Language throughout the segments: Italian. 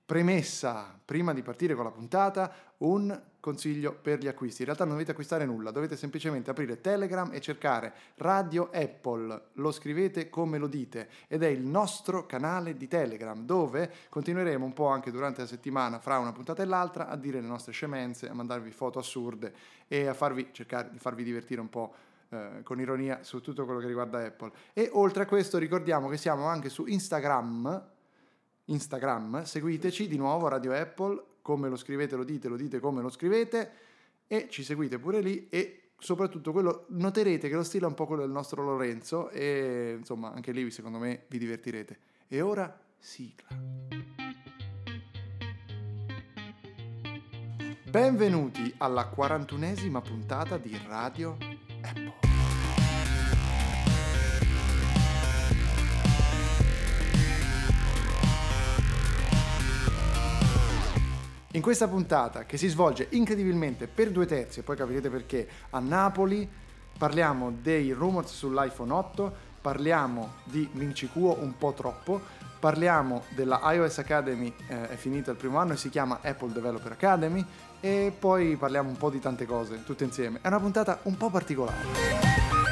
Premessa, prima di partire con la puntata, un consiglio per gli acquisti. In realtà non dovete acquistare nulla, dovete semplicemente aprire Telegram e cercare Radio Apple, lo scrivete come lo dite, ed è il nostro canale di Telegram, dove continueremo un po' anche durante la settimana, fra una puntata e l'altra, a dire le nostre scemenze, a mandarvi foto assurde e a cercare di farvi divertire un po' con ironia su tutto quello che riguarda Apple. E oltre a questo ricordiamo che siamo anche su Instagram, seguiteci di nuovo Radio Apple, come lo scrivete lo dite come lo scrivete, e ci seguite pure lì, e soprattutto quello noterete che lo stile è un po' quello del nostro Lorenzo, e insomma anche lì secondo me vi divertirete. E ora sigla. Benvenuti alla 41esima puntata di Radio Apple. In questa puntata, che si svolge incredibilmente per 2/3, e poi capirete perché, a Napoli, parliamo dei rumors sull'iPhone 8, parliamo di Mincicuo un po' troppo, parliamo della iOS Academy, è finito il primo anno e si chiama Apple Developer Academy, e poi parliamo un po' di tante cose, tutte insieme. È una puntata un po' particolare.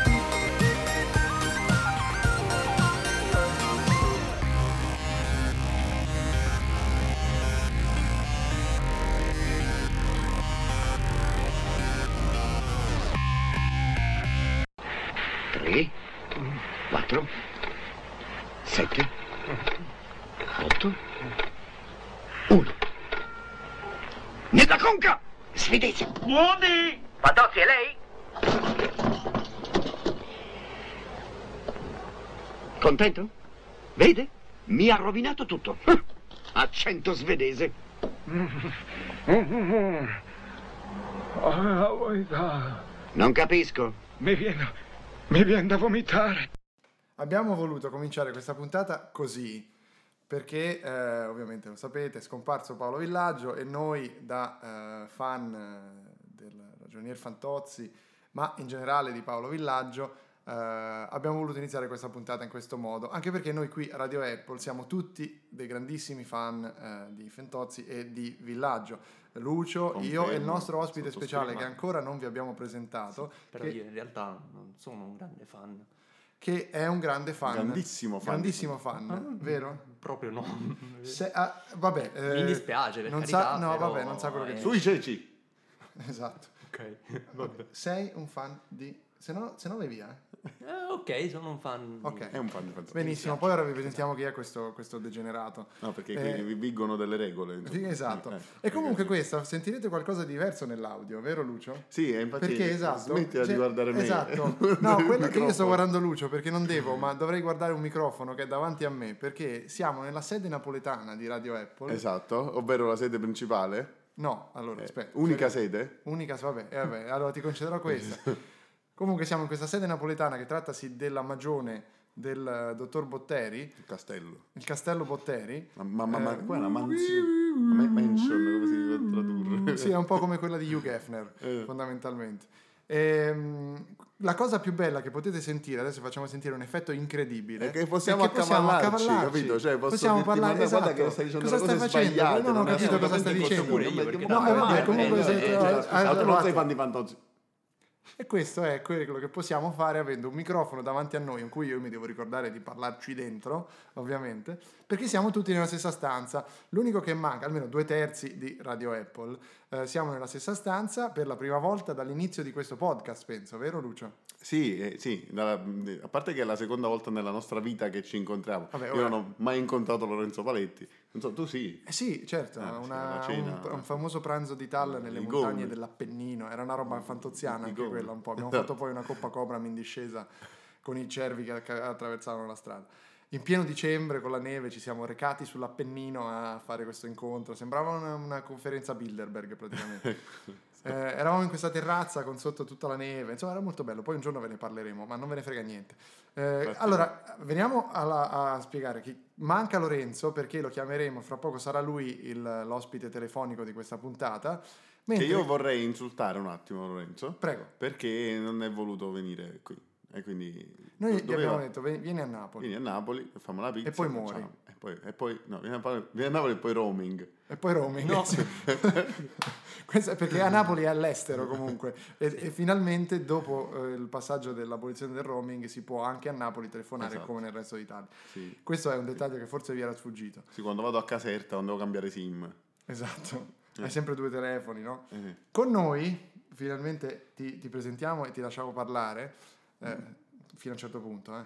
Tre, 4, 7, 8, 1. Nella conca! Svedese! Buoni! Fantozzi, è lei? Contento? Vede? Mi ha rovinato tutto. Accento svedese. Non capisco. Mi viene da vomitare. Abbiamo voluto cominciare questa puntata così, perché ovviamente lo sapete, è scomparso Paolo Villaggio, e noi da fan del ragionier Fantozzi, ma in generale di Paolo Villaggio, abbiamo voluto iniziare questa puntata in questo modo, anche perché noi qui a Radio Apple siamo tutti dei grandissimi fan di Fantozzi e di Villaggio. Lucio, Confermo, io e il nostro ospite speciale che ancora non vi abbiamo presentato, sì, però io in realtà non sono un grande fan. Che è un grande fan, grandissimo fan, vero? Proprio no. Vabbè, mi dispiace, per non carità, no, però vabbè, non sa quello che sui ceci. Esatto. Ok, vabbè. Sei un fan di... Se no vai via. Ok, sono un fan. Ok, è un fan di Fantozzi. Benissimo, poi ora vi presentiamo chi è questo degenerato. No, perché qui vi vigono delle regole. Esatto. E comunque questa, sentirete qualcosa di diverso nell'audio, vero Lucio? Sì, e infatti perché, esatto, smettila di guardare me. Esatto. No, quello che io sto guardando Lucio, perché non devo, ma dovrei guardare un microfono che è davanti a me, perché siamo nella sede napoletana di Radio Apple. Esatto, ovvero la sede principale. No, allora aspetta. Unica sede? Unica, vabbè, allora ti concederò questa. Comunque siamo in questa sede napoletana che trattasi della magione del dottor Botteri. Il castello Botteri. Ma qua è una mansione. Mansion, come si può tradurre? Sì, è un po' come quella di Hugh Hefner, fondamentalmente. La cosa più bella che potete sentire, adesso facciamo sentire un effetto incredibile, è che possiamo accavallarci, capito? Cioè, possiamo parlare, esatto. Che stai dicendo cosa stai facendo? Io non ho capito cosa stai dicendo. No, vabbè, comunque tu non sei fan di Fantozzi. E questo è quello che possiamo fare avendo un microfono davanti a noi, in cui io mi devo ricordare di parlarci dentro, ovviamente, perché siamo tutti nella stessa stanza. L'unico che manca, almeno 2/3 di Radio Apple, siamo nella stessa stanza per la prima volta dall'inizio di questo podcast, penso, vero Lucio? Sì, a parte che è la seconda volta nella nostra vita che ci incontriamo. Vabbè, io non ho mai incontrato Lorenzo Paletti. Non so, tu sì? Sì, certo, un famoso pranzo di Tal nelle montagne dell'Appennino, era una roba fantoziana anche quella un po'. Abbiamo fatto poi una Coppa Cobram in discesa con i cervi che attraversavano la strada. In pieno dicembre con la neve ci siamo recati sull'Appennino a fare questo incontro, sembrava una conferenza Bilderberg praticamente. Eravamo in questa terrazza con sotto tutta la neve, insomma era molto bello, poi un giorno ve ne parleremo, ma non ve ne frega niente. Allora, veniamo a spiegare che manca Lorenzo, perché lo chiameremo, fra poco sarà lui l'ospite telefonico di questa puntata. Che io vorrei insultare un attimo Lorenzo. Prego. Perché non è voluto venire qui. E quindi noi gli abbiamo detto vieni a Napoli. Vieni a Napoli, facciamo la pizza. E poi muori. E poi no, vieni a Napoli e poi roaming. E poi roaming. No. Questo è perché a Napoli è all'estero comunque. E finalmente dopo il passaggio dell'abolizione del roaming si può anche a Napoli telefonare, Esatto. come nel resto d'Italia. Sì. Questo è un dettaglio che forse vi era sfuggito. Sì, quando vado a Caserta, quando devo cambiare SIM. Esatto. Hai sempre 2 telefoni, no? Eh. Con noi finalmente ti presentiamo e ti lasciamo parlare fino a un certo punto.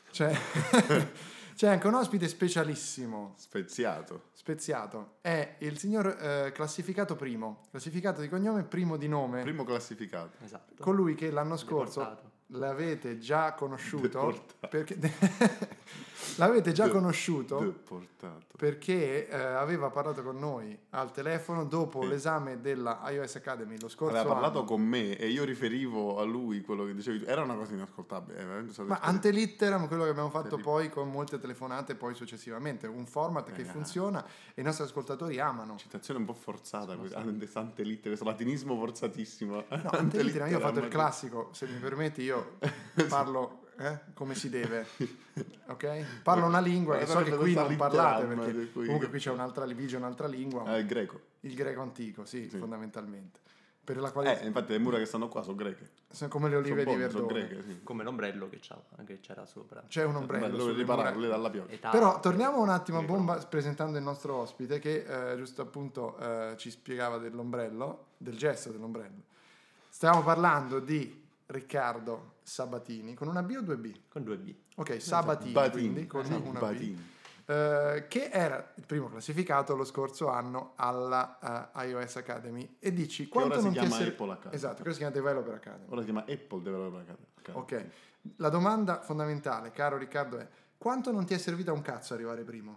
C'è anche un ospite specialissimo, speziato. È il signor classificato di cognome, primo di nome. Primo classificato. Esatto. Colui che l'anno scorso Deportato. l'avete già conosciuto. Deportato. Perché l'avete già conosciuto Deportato. perché aveva parlato con noi al telefono dopo l'esame della iOS Academy lo scorso Aveva parlato anno. con me e io riferivo a lui quello che dicevi tu. Era una cosa inascoltabile. Ma ante litteram quello che abbiamo fatto poi con molte telefonate poi successivamente, un format che funziona e i nostri ascoltatori amano. Citazione un po' forzata, ante littere, questo latinismo forzatissimo. No, ante litteram, io ho fatto il classico, se mi permetti io parlo come si deve, ok? Parlo una lingua che so che qui non parlate perché comunque qui c'è un'altra lingua. Il greco. Il greco antico, sì, fondamentalmente. Per la quale Infatti le mura che stanno qua sono greche. sono come le olive di Sono Verdone. greche, sì. Come l'ombrello che c'era sopra. C'è un ombrello Dove sulle ripararle mura. dalla pioggia. Però torniamo un attimo a bomba presentando il nostro ospite che giusto appunto ci spiegava dell'ombrello, del gesto dell'ombrello. Stiamo parlando di Riccardo Sabatini con una B o 2B? Con 2B. Ok, Sabatini, quindi con una B. Che era il primo classificato lo scorso anno alla iOS Academy e dici quanto ora non si ti è chiama Apple Academy. Esatto, questo si chiama Developer Academy. Ora si chiama Apple Developer Academy. Ok, la domanda fondamentale, caro Riccardo, è quanto non ti è servita un cazzo arrivare primo?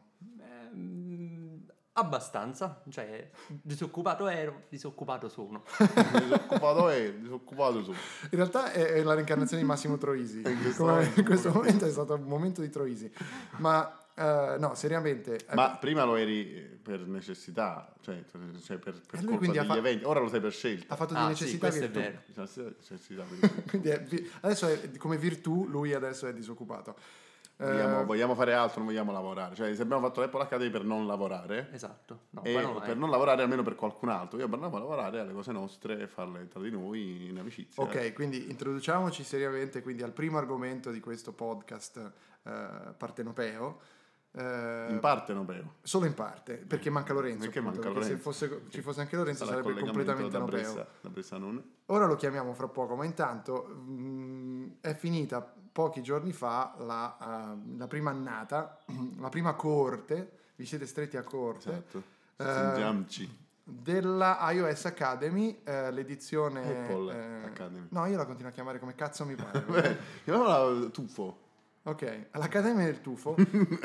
Abbastanza, cioè disoccupato ero, disoccupato sono. Disoccupato su. In realtà è la reincarnazione di Massimo Troisi. In questo momento è stato un momento di Troisi. Ma no, seriamente. Ma prima lo eri per necessità, cioè per lui colpa degli eventi. Ora lo sei per Ha scelta. fatto di necessità sì, questo virtù. è vero. Necessità. Quindi adesso è come virtù, lui adesso è disoccupato. Vogliamo fare altro, non vogliamo lavorare. Cioè, se abbiamo fatto l'Apple Academy per non lavorare, Esatto. No, e per non lavorare almeno per qualcun altro, io andavo a lavorare alle cose nostre e farle tra di noi in amicizia. Ok, quindi introduciamoci seriamente quindi al primo argomento di questo podcast partenopeo. In parte nopeo. Solo in parte, perché manca Lorenzo. Perché appunto, manca perché Lorenzo. se ci fosse anche Lorenzo Sarà sarebbe collegamento completamente nopeo. da Brescia non. Ora lo chiamiamo fra poco, ma intanto è finita pochi giorni fa la prima annata, la prima coorte, vi siete stretti a coorte, Esatto. della iOS Academy, l'edizione Apple Academy. No, io la continuo a chiamare come cazzo mi pare. Chiamiamola Tufo. Ok, all'Accademia del Tufo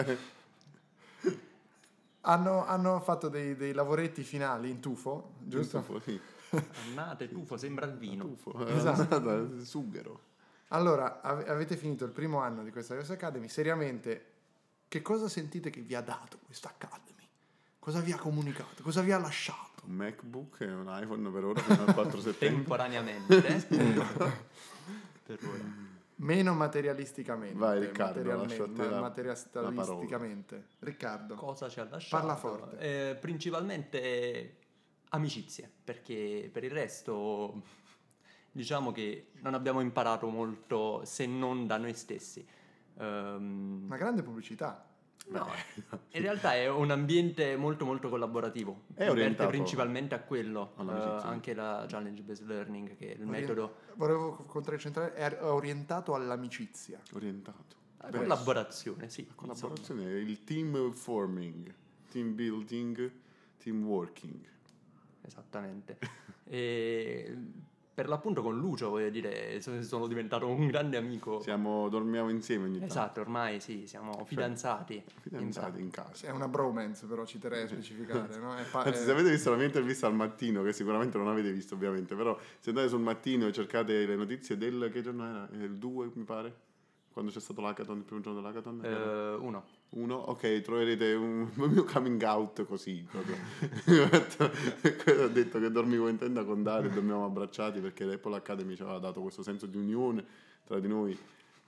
hanno fatto dei lavoretti finali in tufo, giusto? Tufo, sì. Annate, tufo, sembra il vino. Tufo. Esatto. Sughero. Allora, avete finito il primo anno di questa iOS Academy, seriamente, che cosa sentite che vi ha dato questa Academy? Cosa vi ha comunicato? Cosa vi ha lasciato? Un MacBook e un iPhone per ora fino al 4 settembre. Temporaneamente. Per ora. Meno materialisticamente. Vai, Riccardo, lascio a te la materialisticamente. Riccardo, Cosa ci ha lasciato? parla forte. Principalmente amicizie, perché per il resto diciamo che non abbiamo imparato molto se non da noi stessi. Una grande pubblicità. No, in realtà è un ambiente molto molto collaborativo. È orientato Diverte principalmente a quello, all'amicizia. anche la challenge based learning, che è il metodo. Volevo contraccentrare, è orientato all'amicizia. Orientato. La collaborazione, sì. Collaborazione, il team forming, team building, team working. Esattamente. E per l'appunto con Lucio, voglio dire, sono diventato un grande amico. Dormiamo insieme ogni tanto. Esatto, ormai sì, siamo fidanzati. Fidanzati in casa. È una bromance, però ci terrei a specificare, no? Anzi, se avete visto la mia intervista al mattino, che sicuramente non avete visto ovviamente, però se andate sul mattino e cercate le notizie del, che giorno era? Il 2 mi pare? Quando c'è stato l'hackathon, il primo giorno dell'hackathon? Uno, ok, troverete un mio coming out così proprio. Ho detto che dormivo in tenda con Dario e dormivamo abbracciati perché l'Apple Academy ci aveva dato questo senso di unione tra di noi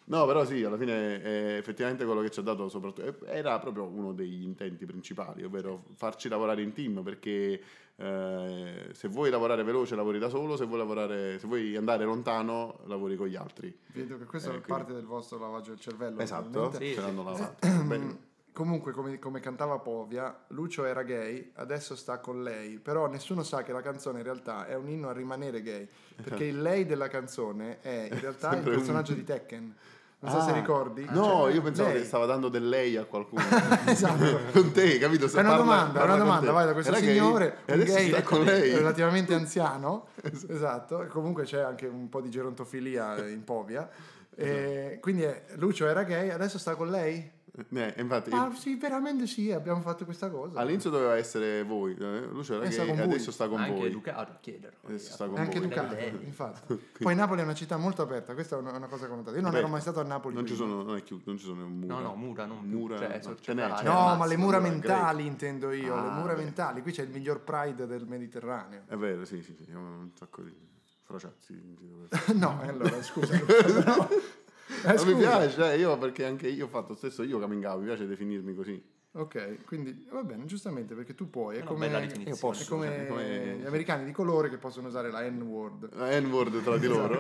No, però sì, alla fine è effettivamente quello che ci ha dato soprattutto era proprio uno degli intenti principali, ovvero farci lavorare in team, perché se vuoi lavorare veloce lavori da solo, se vuoi andare lontano lavori con gli altri. Vedo che questa è parte del vostro lavaggio del cervello. Esatto, ce l'hanno lavato. Comunque, come cantava Povia, Lucio era gay, adesso sta con lei, però nessuno sa che la canzone in realtà è un inno a rimanere gay, perché il lei della canzone è in realtà il personaggio di Tekken. Non so se ricordi. No, io pensavo che stava dando del lei a qualcuno. Esatto. Con te, capito? È una domanda, vai da questo signore, un gay sta con lei. relativamente anziano, esatto, e comunque c'è anche un po' di gerontofilia in Povia. Quindi Lucio era gay, adesso sta con lei? Infatti, sì, veramente sì, abbiamo fatto questa cosa. All'inizio doveva essere voi, Lucio era gay, adesso sta con anche voi. Anche educato a chiederlo. Adesso sta con anche voi. educato, infatti. Poi Napoli è una città molto aperta, questa è una cosa che ho notato. Io non ero mai stato a Napoli. Non ci sono mura. No, mura, non mura. No, ma le mura mentali intendo io, le mura mentali. Qui c'è il miglior Pride del Mediterraneo. È vero, sì, un sacco di frociazzi. No, allora scusa. No. Non mi piace, perché anche io ho fatto stesso coming out, mi piace definirmi così. Ok, quindi va bene, giustamente, perché tu puoi, è come gli americani di colore che possono usare la N-word. La N-word tra di loro.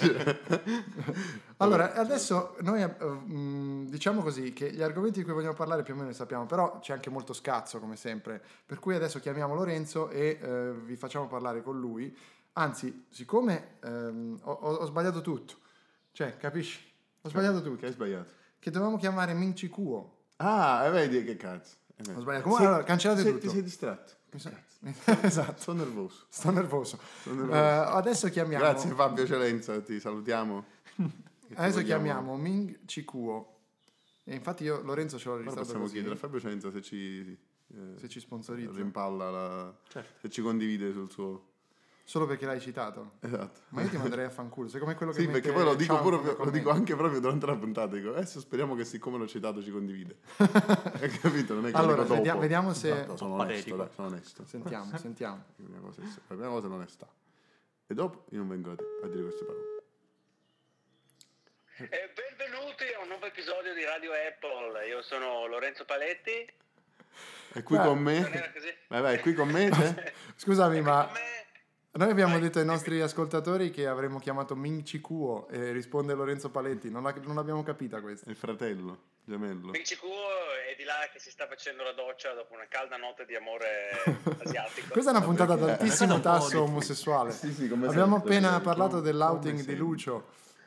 Allora, adesso noi diciamo così che gli argomenti di cui vogliamo parlare più o meno li sappiamo, però c'è anche molto scazzo come sempre, per cui adesso chiamiamo Lorenzo e vi facciamo parlare con lui. Anzi, siccome ho sbagliato tutto, cioè, capisci? Ho sbagliato tutto. Che hai sbagliato? Che dovevamo chiamare Ming Chi Kuo. Vedi che cazzo. Ho sbagliato. Comunque, allora, cancellate tutto. Ti sei distratto. Esatto. Sto nervoso. Adesso chiamiamo. Grazie Fabio Celenza, ti salutiamo. Adesso chiamiamo Ming Chi Kuo. E infatti io Lorenzo ce l'ho registrato. Possiamo così. chiedere a Fabio Celenza se ci sponsorizza. Rimpalla certo. Se ci condivide sul suo. Solo perché l'hai citato. Esatto. Ma io ti manderei a fanculo. Sei come quello che sì, perché poi lo dico anche proprio durante la puntata. Dico, adesso speriamo che siccome l'ho citato ci condivide. Hai capito? Non è che allora, lo dico dopo. vediamo se... Esatto, sono onesto. Sentiamo. La prima cosa è l'onestà. E dopo io non vengo a dire queste parole. Benvenuti a un nuovo episodio di Radio Apple. Io sono Lorenzo Paletti. E qui con me? Non era così? Vai, qui con me c'è? Scusami, ma... Noi abbiamo detto ai nostri ascoltatori che avremmo chiamato Ming Chi Kuo e risponde Lorenzo Paletti. Non l'abbiamo capita questa. Il fratello gemello. Ming Chi Kuo è di là che si sta facendo la doccia dopo una calda notte di amore asiatico. Questa è una puntata ad altissimo tasso omosessuale. Sì, come abbiamo sempre, appena parlato dell'outing di Lucio.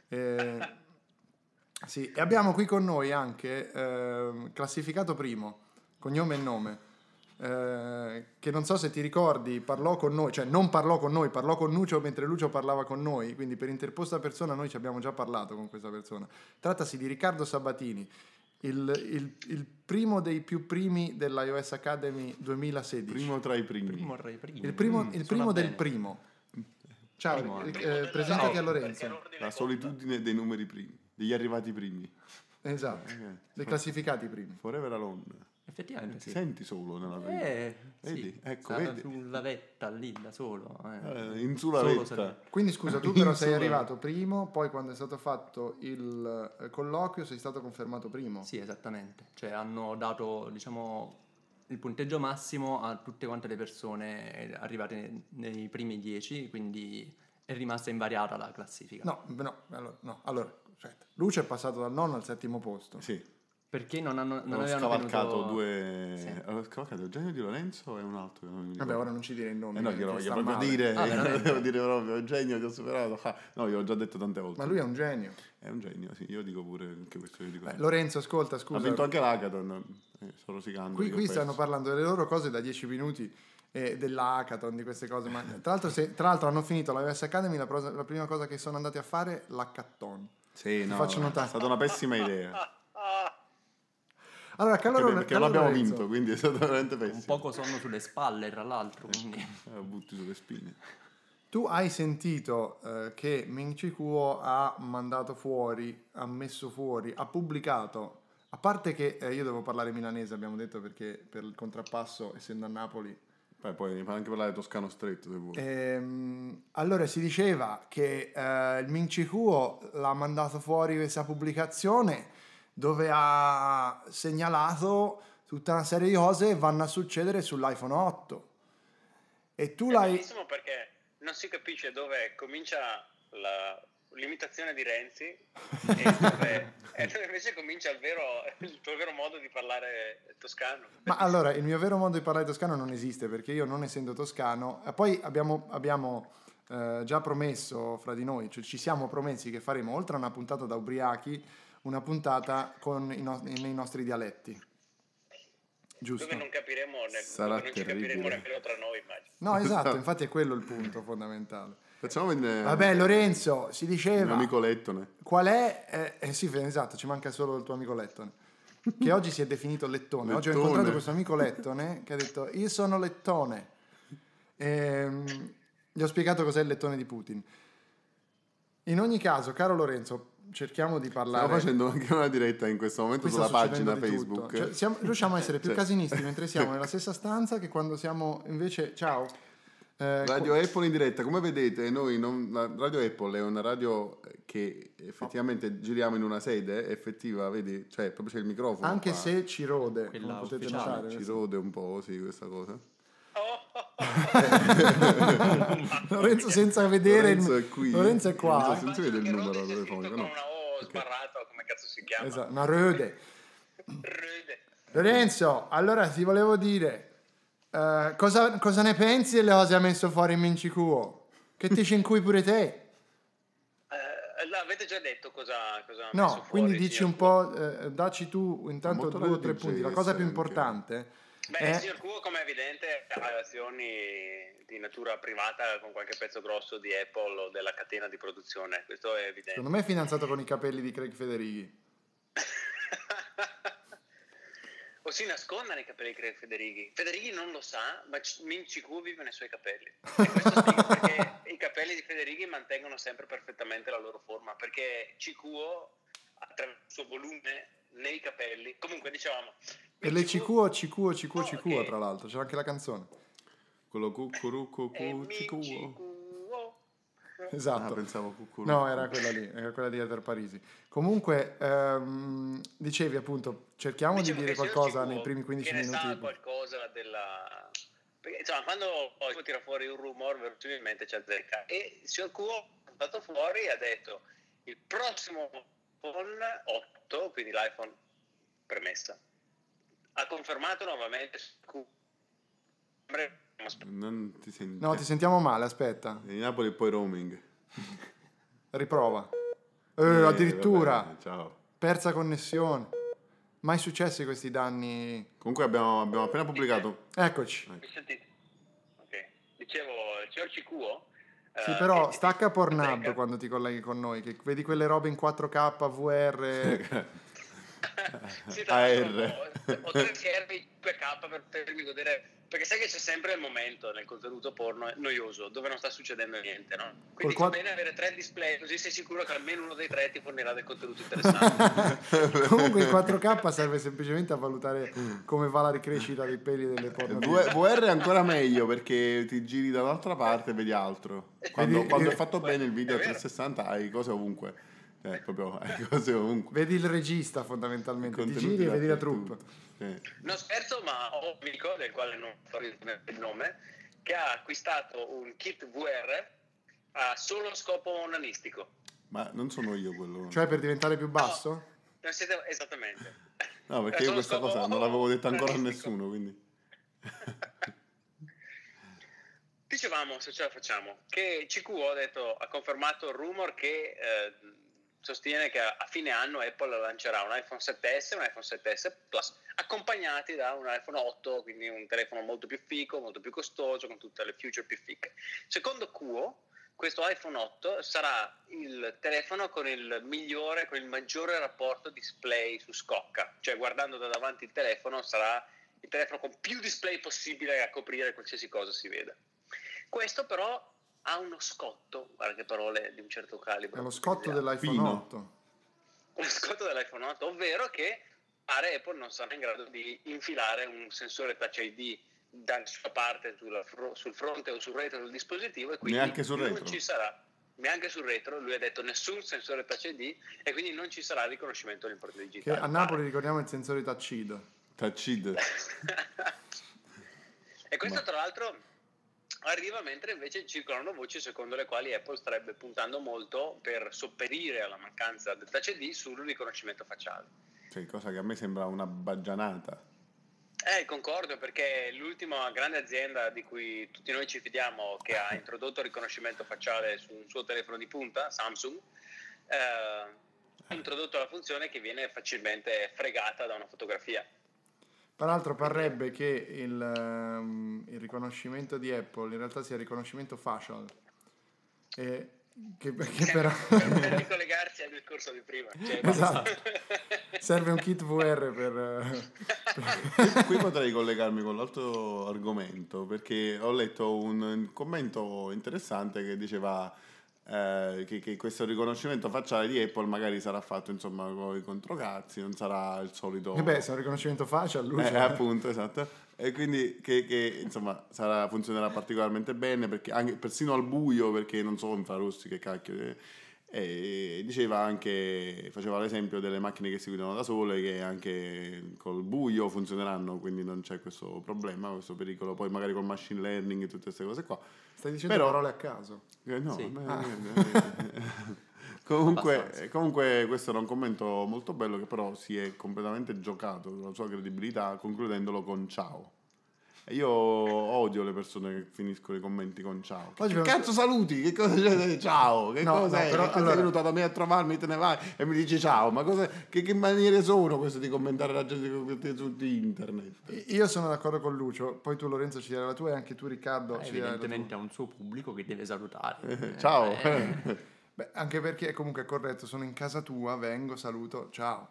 Sì, e abbiamo qui con noi anche classificato primo, cognome e nome. Che non so se ti ricordi, parlò con noi, cioè non parlò con noi, parlò con Lucio mentre Lucio parlava con noi, quindi per interposta persona noi ci abbiamo già parlato con questa persona. Trattasi di Riccardo Sabatini, il primo dei più primi dell'iOS Academy 2016. Primo tra i primi. Il primo del primo. Ciao, presentati a Lorenzo. La solitudine dei numeri primi, degli arrivati primi. Esatto, dei classificati primi. Forever Alone. Effettivamente sì. Senti solo nella vita. Vedi? Sì. Ecco, vedi. Sulla vetta lì da solo. In sulla vetta. Quindi scusa, tu però sei arrivato primo, poi quando è stato fatto il colloquio sei stato confermato primo. Sì, esattamente. Cioè hanno dato, diciamo, il punteggio massimo a tutte quante le persone arrivate nei primi 10, quindi è rimasta invariata la classifica. No. Allora, aspetta. Luce è passato dal 9 al 7° posto. Sì. Perché non avevano scavalcato due. Sì. Hanno scavalcato Eugenio Di Lorenzo e un altro. Vabbè, ora non ci dire il nome. No, glielo voglio proprio dire. Devo dire proprio Eugenio, ti ho superato. No, io l'ho già detto tante volte. Ma lui è un genio. È un genio, sì. Io dico pure anche questo. Lorenzo, ascolta, scusa. Ha vinto anche l'Hackathon. Sto rosicando. Qui stanno parlando delle loro cose da 10 minuti. Dell'hackathon, di queste cose. Ma tra l'altro hanno finito la iOS Academy. La prima cosa che sono andati a fare l'hackathon. Sì, no. Faccio notare. È stata una pessima idea. Allora, perché non abbiamo vinto, quindi è stato veramente pessimo. Un poco sonno sulle spalle, tra l'altro. Quindi. Butti sulle spine. Tu hai sentito che Ming Chi Kuo ha mandato fuori, ha messo fuori, ha pubblicato, a parte che io devo parlare milanese, abbiamo detto, perché per il contrappasso, essendo a Napoli, Beh, poi mi fa anche parlare toscano stretto se vuoi. Allora si diceva che il Ming Chi Kuo l'ha mandato fuori questa pubblicazione dove ha segnalato tutta una serie di cose che vanno a succedere sull'iPhone 8 e tu l'hai... Benissimo, perché non si capisce dove comincia l'imitazione di Renzi e dove invece comincia il tuo vero modo di parlare toscano. Ma allora, il mio vero modo di parlare toscano non esiste, perché io, non essendo toscano, poi abbiamo già promesso fra di noi, cioè ci siamo promessi che faremo, oltre a una puntata da ubriachi, una puntata con nei nostri dialetti. Giusto? Dove non capiremo, Sarà dove non ci capiremo nemmeno tra noi, immagino. No, esatto, infatti è quello il punto fondamentale. Facciamo vedere. Vabbè, Lorenzo, si diceva... Il mio amico Lettone. Qual è... sì, esatto, ci manca solo il tuo amico Lettone, che oggi si è definito Lettone. Oggi ho incontrato questo amico Lettone che ha detto, io sono Lettone. Gli ho spiegato cos'è il Lettone di Putin. In ogni caso, caro Lorenzo, cerchiamo di parlare... Stiamo facendo anche una diretta in questo momento sulla pagina Facebook. Cioè, riusciamo a essere più casinisti mentre siamo nella stessa stanza che quando siamo invece... Ciao! Radio Apple in diretta, come vedete noi la Radio Apple è una radio che effettivamente giriamo in una sede effettiva, vedi? Cioè proprio c'è il microfono anche qua. se ci rode, quella come potete ufficiale, notare. Ci rode un po', sì, questa cosa. Lorenzo senza vedere Lorenzo è qui. Lorenzo è qua. Non si vede il numero telefonico, con no? una O sbarrata, come cazzo si chiama? Esatto, una rode. Röde. Lorenzo, allora ti volevo dire cosa ne pensi delle cose che ha messo fuori in Mincicuo? Che ti cincui pure te? Avete già detto cosa ha No, messo quindi fuori, dici un po', dacci tu intanto Molto 2 o 3 DJ punti. La cosa più anche. importante Beh, è... il signor Kuo, come è evidente, ha azioni di natura privata con qualche pezzo grosso di Apple o della catena di produzione, questo è evidente. Secondo me è fidanzato con i capelli di Craig Federighi. O si nasconda nei capelli di Craig Federighi. Federighi non lo sa, ma Ming Chi Kuo vive nei suoi capelli. E questo spiega perché i capelli di Federighi mantengono sempre perfettamente la loro forma, perché Chi Kuo, attraverso il suo volume nei capelli, comunque dicevamo... E le Cicuo, tra l'altro, c'è anche la canzone. Quello cucurucu Ming Chi cicuo. Kuo. Esatto. Pensavo cucurucu. No, era quella di Eder Parisi. Comunque, dicevi appunto, cerchiamo di dire qualcosa nei primi 15 che ne minuti. sa qualcosa della... Perché, insomma, quando poi tira fuori un rumor, verosimilmente ci azzecca. E il signor Kuo è andato fuori e ha detto il prossimo iPhone 8, quindi l'iPhone premessa, ha confermato nuovamente Non ti senti. No, ti sentiamo male, aspetta. In Napoli e poi roaming. Riprova. Addirittura. Vabbè, ciao. Persa connessione. Mai successi questi danni. Comunque abbiamo appena pubblicato. Eccoci. Mi sentite? Ok. Dicevo, il signor Cicuo. Sì, però stacca Pornhub quando ti colleghi con noi, che vedi quelle robe in 4K, VR. Sì, AR. ho 3 schermi 2K per potermi godere, perché sai che c'è sempre il momento nel contenuto porno noioso dove non sta succedendo niente, no? Quindi va bene avere 3 display, così sei sicuro che almeno uno dei 3 ti fornirà del contenuto interessante. Comunque il 4K serve semplicemente a valutare come va la ricrescita dei peli delle porno. VR è ancora meglio perché ti giri dall'altra parte e vedi altro. Quando è fatto bene il video a 360 hai cose ovunque. Proprio hai cose ovunque. Vedi il regista fondamentalmente, ti giri e vedi la troupe. Non scherzo, ma ho un amico del quale non farò il nome, che ha acquistato un kit VR a solo scopo onanistico. Ma non sono io quello. Cioè per diventare più basso? No, non siete esattamente. No, perché io questa cosa non l'avevo detta ancora a nessuno, quindi. Dicevamo, se ce la facciamo, che CQ ha confermato il rumor che sostiene che a fine anno Apple lancerà un iPhone 7S e un iPhone 7S Plus, accompagnati da un iPhone 8, quindi un telefono molto più fico, molto più costoso, con tutte le feature più fiche. Secondo Kuo, questo iPhone 8 sarà il telefono con il maggiore rapporto display su scocca, cioè guardando da davanti il telefono sarà il telefono con più display possibile a coprire qualsiasi cosa si veda. Questo però ha uno scotto, guarda che parole di un certo calibro. È lo scotto dell'iPhone 8. Lo scotto dell'iPhone 8, ovvero che pare Apple non sarà in grado di infilare un sensore Touch ID da sua parte sul fronte o sul retro del dispositivo, e quindi neanche sul retro. Non ci sarà neanche sul retro. Lui ha detto nessun sensore Touch ID, e quindi non ci sarà il riconoscimento dell'impronta digitale. Che a Napoli ricordiamo il sensore Touch ID. E questo tra l'altro arriva mentre invece circolano voci secondo le quali Apple starebbe puntando molto per sopperire alla mancanza del Touch ID sul riconoscimento facciale. Sì, cosa che a me sembra una baggianata. Concordo, perché l'ultima grande azienda di cui tutti noi ci fidiamo, che ha introdotto il riconoscimento facciale su un suo telefono di punta, Samsung, ha introdotto la funzione che viene facilmente fregata da una fotografia. Tra l'altro parrebbe che il riconoscimento di Apple in realtà sia riconoscimento facial, che però per ricollegarsi al discorso di prima, cioè, esatto. Serve un kit VR per... Qui potrei collegarmi con l'altro argomento, perché ho letto un commento interessante che diceva che questo riconoscimento facciale di Apple magari sarà fatto insomma con i controcazzi, non sarà il solito se è un riconoscimento facial, appunto, esatto, e quindi che insomma funzionerà particolarmente bene, perché anche persino al buio, perché non so infrarossi che cacchio, e diceva anche, faceva l'esempio delle macchine che si guidano da sole, che anche col buio funzioneranno, quindi non c'è questo problema, questo pericolo. Poi magari col machine learning e tutte queste cose qua. Stai dicendo parole a caso? No, sì. Comunque questo era un commento molto bello, che però si è completamente giocato la sua credibilità concludendolo con ciao. E io odio le persone che finiscono i commenti con ciao. Che cazzo saluti? Che cosa c'è? Ciao, che cosa è? Però, allora... sei venuto da me a trovarmi, te ne vai e mi dici ciao. Ma cosa, che maniere sono queste di commentare la gente su internet? Io sono d'accordo con Lucio, poi tu Lorenzo ci dirai la tua e anche tu Riccardo ci evidentemente ha un suo pubblico che deve salutare. Ciao. Beh, anche perché comunque è corretto, sono in casa tua, vengo, saluto, ciao.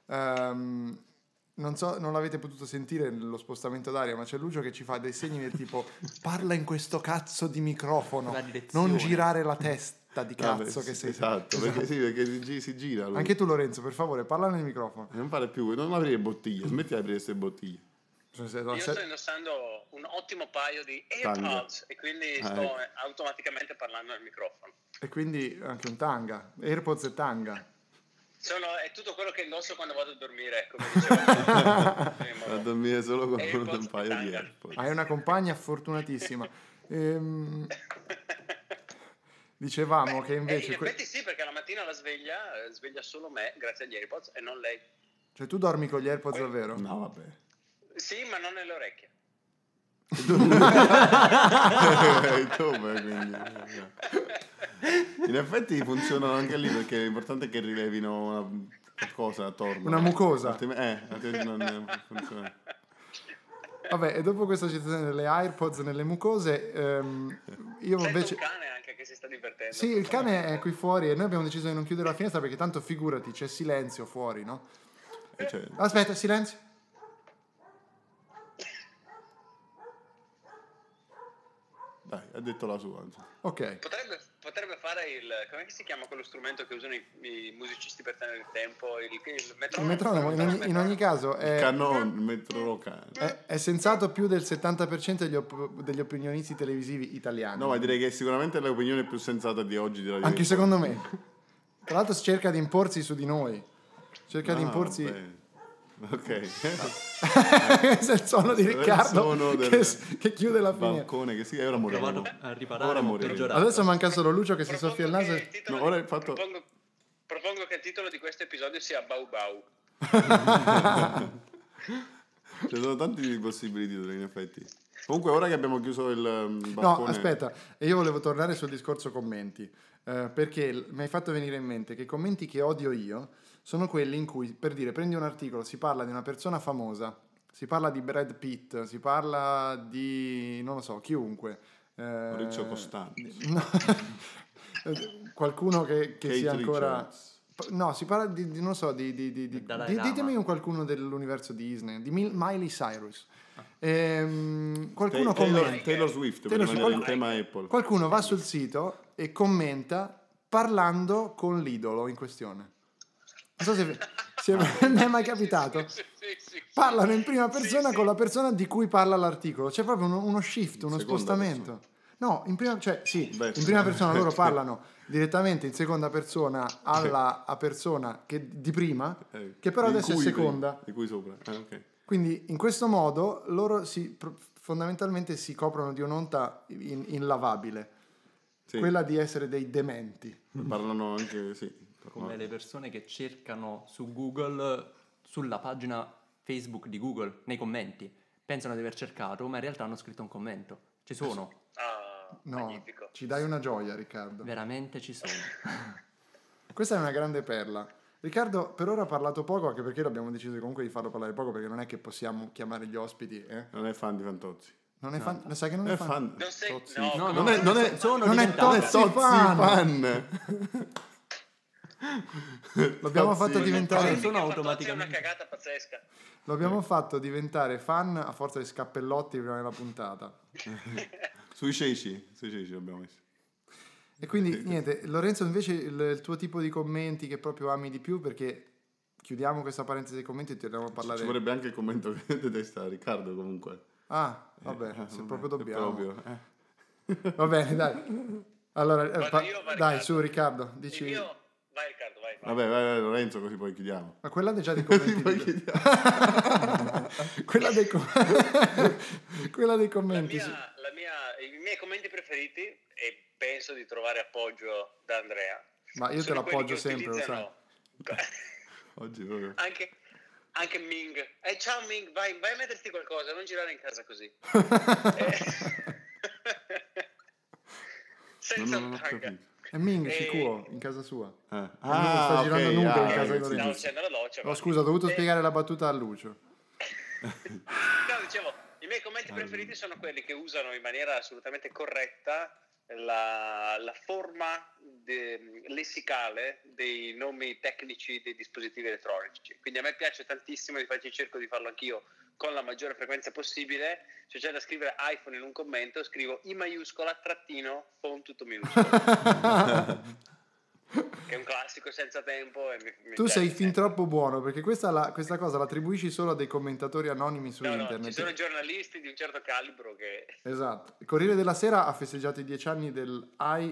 Non so, non l'avete potuto sentire lo spostamento d'aria, ma c'è Lucio che ci fa dei segni del tipo parla in questo cazzo di microfono, non girare la testa di cazzo che sei. Esatto, perché si gira lui. Anche tu Lorenzo, per favore, parla nel microfono. Non fare più, non aprire bottiglie, smetti di aprire queste bottiglie. Io sto indossando un ottimo paio di AirPods e quindi sto automaticamente parlando al microfono. E quindi anche un tanga, AirPods e tanga. È tutto quello che indosso quando vado a dormire, come dicevo. A dormire solo con un paio di AirPods. Hai una compagna fortunatissima. Dicevamo che invece... in effetti sì, perché la mattina la sveglia solo me, grazie agli AirPods, e non lei. Cioè tu dormi con gli AirPods davvero? No, vabbè. Sì, ma non nelle orecchie. In effetti funzionano anche lì, perché l'importante è che rilevino qualcosa attorno, una mucosa, altrimenti non funziona. Vabbè, e dopo questa citazione delle AirPods nelle mucose, io invece un cane anche che si sta divertendo. sì, il cane è qui fuori e noi abbiamo deciso di non chiudere la finestra perché tanto figurati, c'è silenzio fuori, no? Aspetta, silenzio. Dai, ha detto la sua. Ok. Potrebbe fare come si chiama quello strumento che usano i musicisti per tenere il tempo? Il metronomo. In ogni caso è il metronomo. È sensato più del 70% degli opinionisti televisivi italiani. No, ma direi che è sicuramente l'opinione più sensata di oggi di Radio Anche secondo me. Tra l'altro cerca di imporsi su di noi. Cerca di imporsi. Beh. Ok. Questo è il suono di Riccardo che chiude la fine. Balcone che sì, ora moriremo. A riparare. Adesso manca solo Lucio che si soffia il naso. Propongo che il titolo di questo episodio sia Bau Bau. Ci sono tanti possibili titoli in effetti. Comunque ora che abbiamo chiuso il balcone... No, aspetta, io volevo tornare sul discorso commenti, perché mi hai fatto venire in mente che i commenti che odio io sono quelli in cui, per dire, prendi un articolo, si parla di una persona famosa, si parla di Brad Pitt, si parla di, non lo so, chiunque. Riccio Costante. No, qualcuno che sia ancora... Richards. No, si parla di non so, ditemi un qualcuno dell'universo Disney, di Miley Cyrus. Qualcuno commenta. Taylor Swift, per rimanere in tema Apple. Qualcuno va sul sito e commenta parlando con l'idolo in questione. Non so Non è mai capitato? Sì. Parlano in prima persona Sì. con la persona di cui parla l'articolo. C'è proprio uno shift, uno Seconda spostamento. No, in prima persona loro sì. parlano direttamente in seconda persona a persona di prima, che però adesso è seconda. Di cui sopra. Ok. Quindi in questo modo loro fondamentalmente si coprono di un'onta inlavabile, Sì. quella di essere dei dementi. Parlano anche, sì. Come le persone che cercano su Google, sulla pagina Facebook di Google, nei commenti, pensano di aver cercato, ma in realtà hanno scritto un commento. Ci sono. No, Magnifico. ci dai una gioia, Riccardo. Veramente ci sono. Questa è una grande perla. Riccardo per ora ha parlato poco, anche perché abbiamo deciso comunque di farlo parlare poco, perché non è che possiamo chiamare gli ospiti. Non è fan di Fantozzi. Non è fan? Sai che non è fan? Non sei... Tozzi. No, Non è Non è Tozzi Tozzi fan. L'abbiamo Tozzi. fatto diventare... Sono È una automaticamente... cagata pazzesca. Lo abbiamo fatto diventare fan a forza di scappellotti prima della puntata. Sui ceci l'abbiamo messo. E quindi niente, Lorenzo, invece il tuo tipo di commenti che proprio ami di più, perché chiudiamo questa parentesi dei commenti e torniamo a parlare. Ci vorrebbe anche il commento che detesta Riccardo comunque. Ah, vabbè, se proprio dobbiamo. Proprio, Va bene, dai. Allora, dai, su Riccardo, Il dici... mio... Vai Riccardo, vai. Vai Lorenzo, così poi chiudiamo. Ma quella già dei commenti. quella dei commenti. Sì. I miei commenti preferiti, e penso di trovare appoggio da Andrea. Ma io te sono quelli l'appoggio che sempre, lo sai. utilizzano- Oggi proprio. Anche Ming. Ciao Ming, vai a metterti qualcosa, non girare in casa così. Senza Non ho tanga. capito. È Ming Shikuo in casa sua. Ah, sta girando nudo in casa di Stavo Lorenzo. facendo la doccia. Oh, scusa, ho dovuto spiegare la battuta a Lucio. No, dicevo, i miei commenti preferiti sono quelli che usano in maniera assolutamente corretta la forma lessicale dei nomi tecnici dei dispositivi elettronici. Quindi a me piace tantissimo, infatti cerco di farlo anch'io con la maggiore frequenza possibile. Se c'è da scrivere iPhone in un commento, scrivo I maiuscola _ phone tutto minuscolo. Che è un classico senza tempo. E Tu sei fin troppo buono, perché questa cosa l'attribuisci solo a dei commentatori anonimi su internet. Ci sono giornalisti di un certo calibro che... Esatto. Il Corriere della Sera ha festeggiato i 10 anni del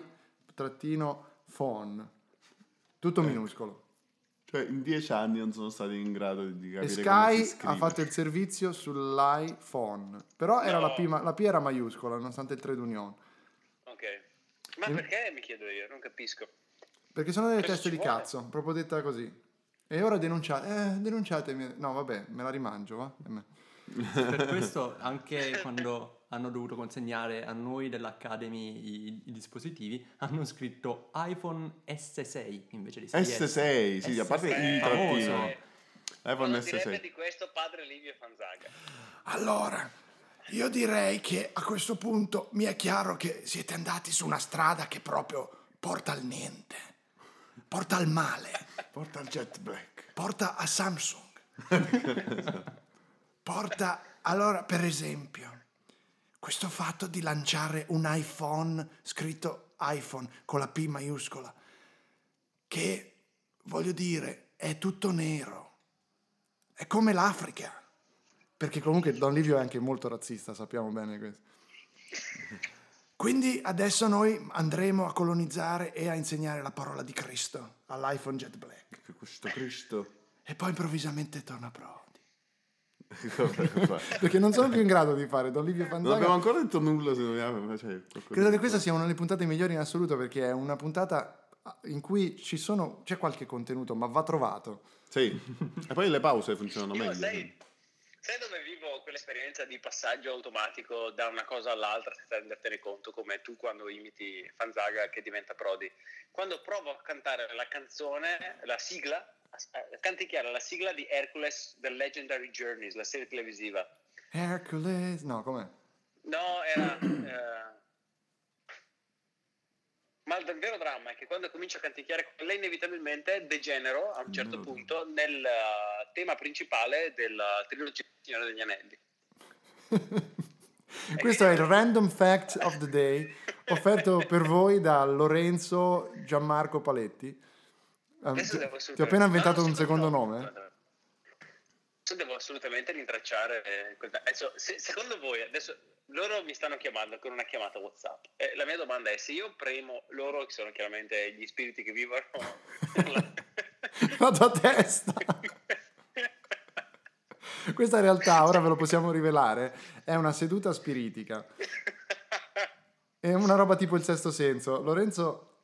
i-phone. Tutto minuscolo. Cioè in 10 anni non sono stati in grado di capire E come si Sky scrive. ha fatto il servizio sull'iPhone. Però era la P era maiuscola, nonostante il trade union. Ok. Ma perché, mi chiedo io, non capisco. Perché sono delle Cosa teste ci di vuole? cazzo, proprio detta così. E ora denunciatemi. No, vabbè, me la rimangio, va? Per questo anche quando hanno dovuto consegnare a noi dell'Academy i dispositivi hanno scritto iPhone S6 invece di S6, sì, a parte il famoso. trattino. iPhone Cosa direbbe S6. di questo padre Livio Fanzaga? Allora, io direi che a questo punto mi è chiaro che siete andati su una strada che proprio porta al niente, porta al male, Porta il jet black. porta a Samsung. Porta, allora, per esempio, questo fatto di lanciare un iPhone scritto iPhone con la P maiuscola, che, voglio dire, è tutto nero. È come l'Africa. Perché comunque Don Livio è anche molto razzista, sappiamo bene questo. Quindi adesso noi andremo a colonizzare e a insegnare la parola di Cristo all'iPhone Jet Black. Che questo Cristo. E poi improvvisamente torna Prodi. Come fa? Perché non sono più in grado di fare Don Livio Non abbiamo Fanzaga. ancora detto nulla se dobbiamo, ma c'è qualcosa. Credo che questa sia una delle puntate migliori in assoluto, perché è una puntata in cui c'è qualche contenuto, ma va trovato. Sì. E poi le pause funzionano Io meglio. sai dove vivo quell'esperienza di passaggio automatico da una cosa all'altra senza rendertene conto, come tu quando imiti Fanzaga che diventa Prodi? Quando provo a cantare la canzone, la sigla, a canticchiare la sigla di Hercules The Legendary Journeys, la serie televisiva. Hercules, no, com'è? No, era... ma il vero dramma è che quando comincio a canticchiare quella inevitabilmente degenero a un certo punto nel tema principale della trilogia Signore degli Anelli. Questo è il random fact of the day offerto per voi da Lorenzo Gianmarco Paletti. Ti ho appena inventato un secondo nome? Adesso devo assolutamente rintracciare. Adesso, secondo voi, adesso loro mi stanno chiamando con una chiamata WhatsApp. La mia domanda è: se io premo loro, che sono chiaramente gli spiriti che vivono la tua testa. Questa in realtà, ora ve lo possiamo rivelare, è una seduta spiritica. È una roba tipo Il Sesto Senso. Lorenzo...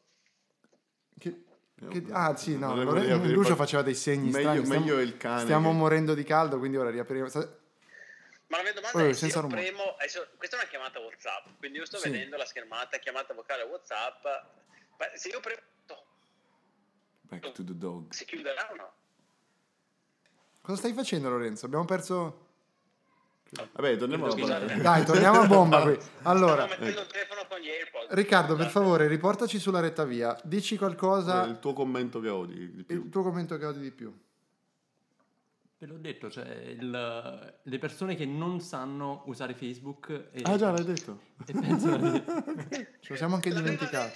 sì, no, Lucio faceva dei segni strani. Meglio il cane. Stiamo morendo di caldo, quindi ora riapriremo. Ma la mia domanda è: se io premo... questa è una chiamata WhatsApp, quindi io sto vedendo la schermata, chiamata vocale WhatsApp. Ma se io premo... Back to the dog. Si chiuderà o no? Cosa stai facendo, Lorenzo? Abbiamo perso... Vabbè, torniamo a bomba. Dai, torniamo a bomba qui. Allora, stavo mettendo il telefono con gli AirPods. Riccardo, per favore, riportaci sulla retta via. Dici qualcosa... Il tuo commento che odi di più. Il tuo commento che odi di più. Ve l'ho detto, cioè le persone che non sanno usare Facebook e, già, l'hai detto. E pensano ce lo siamo anche dimenticati.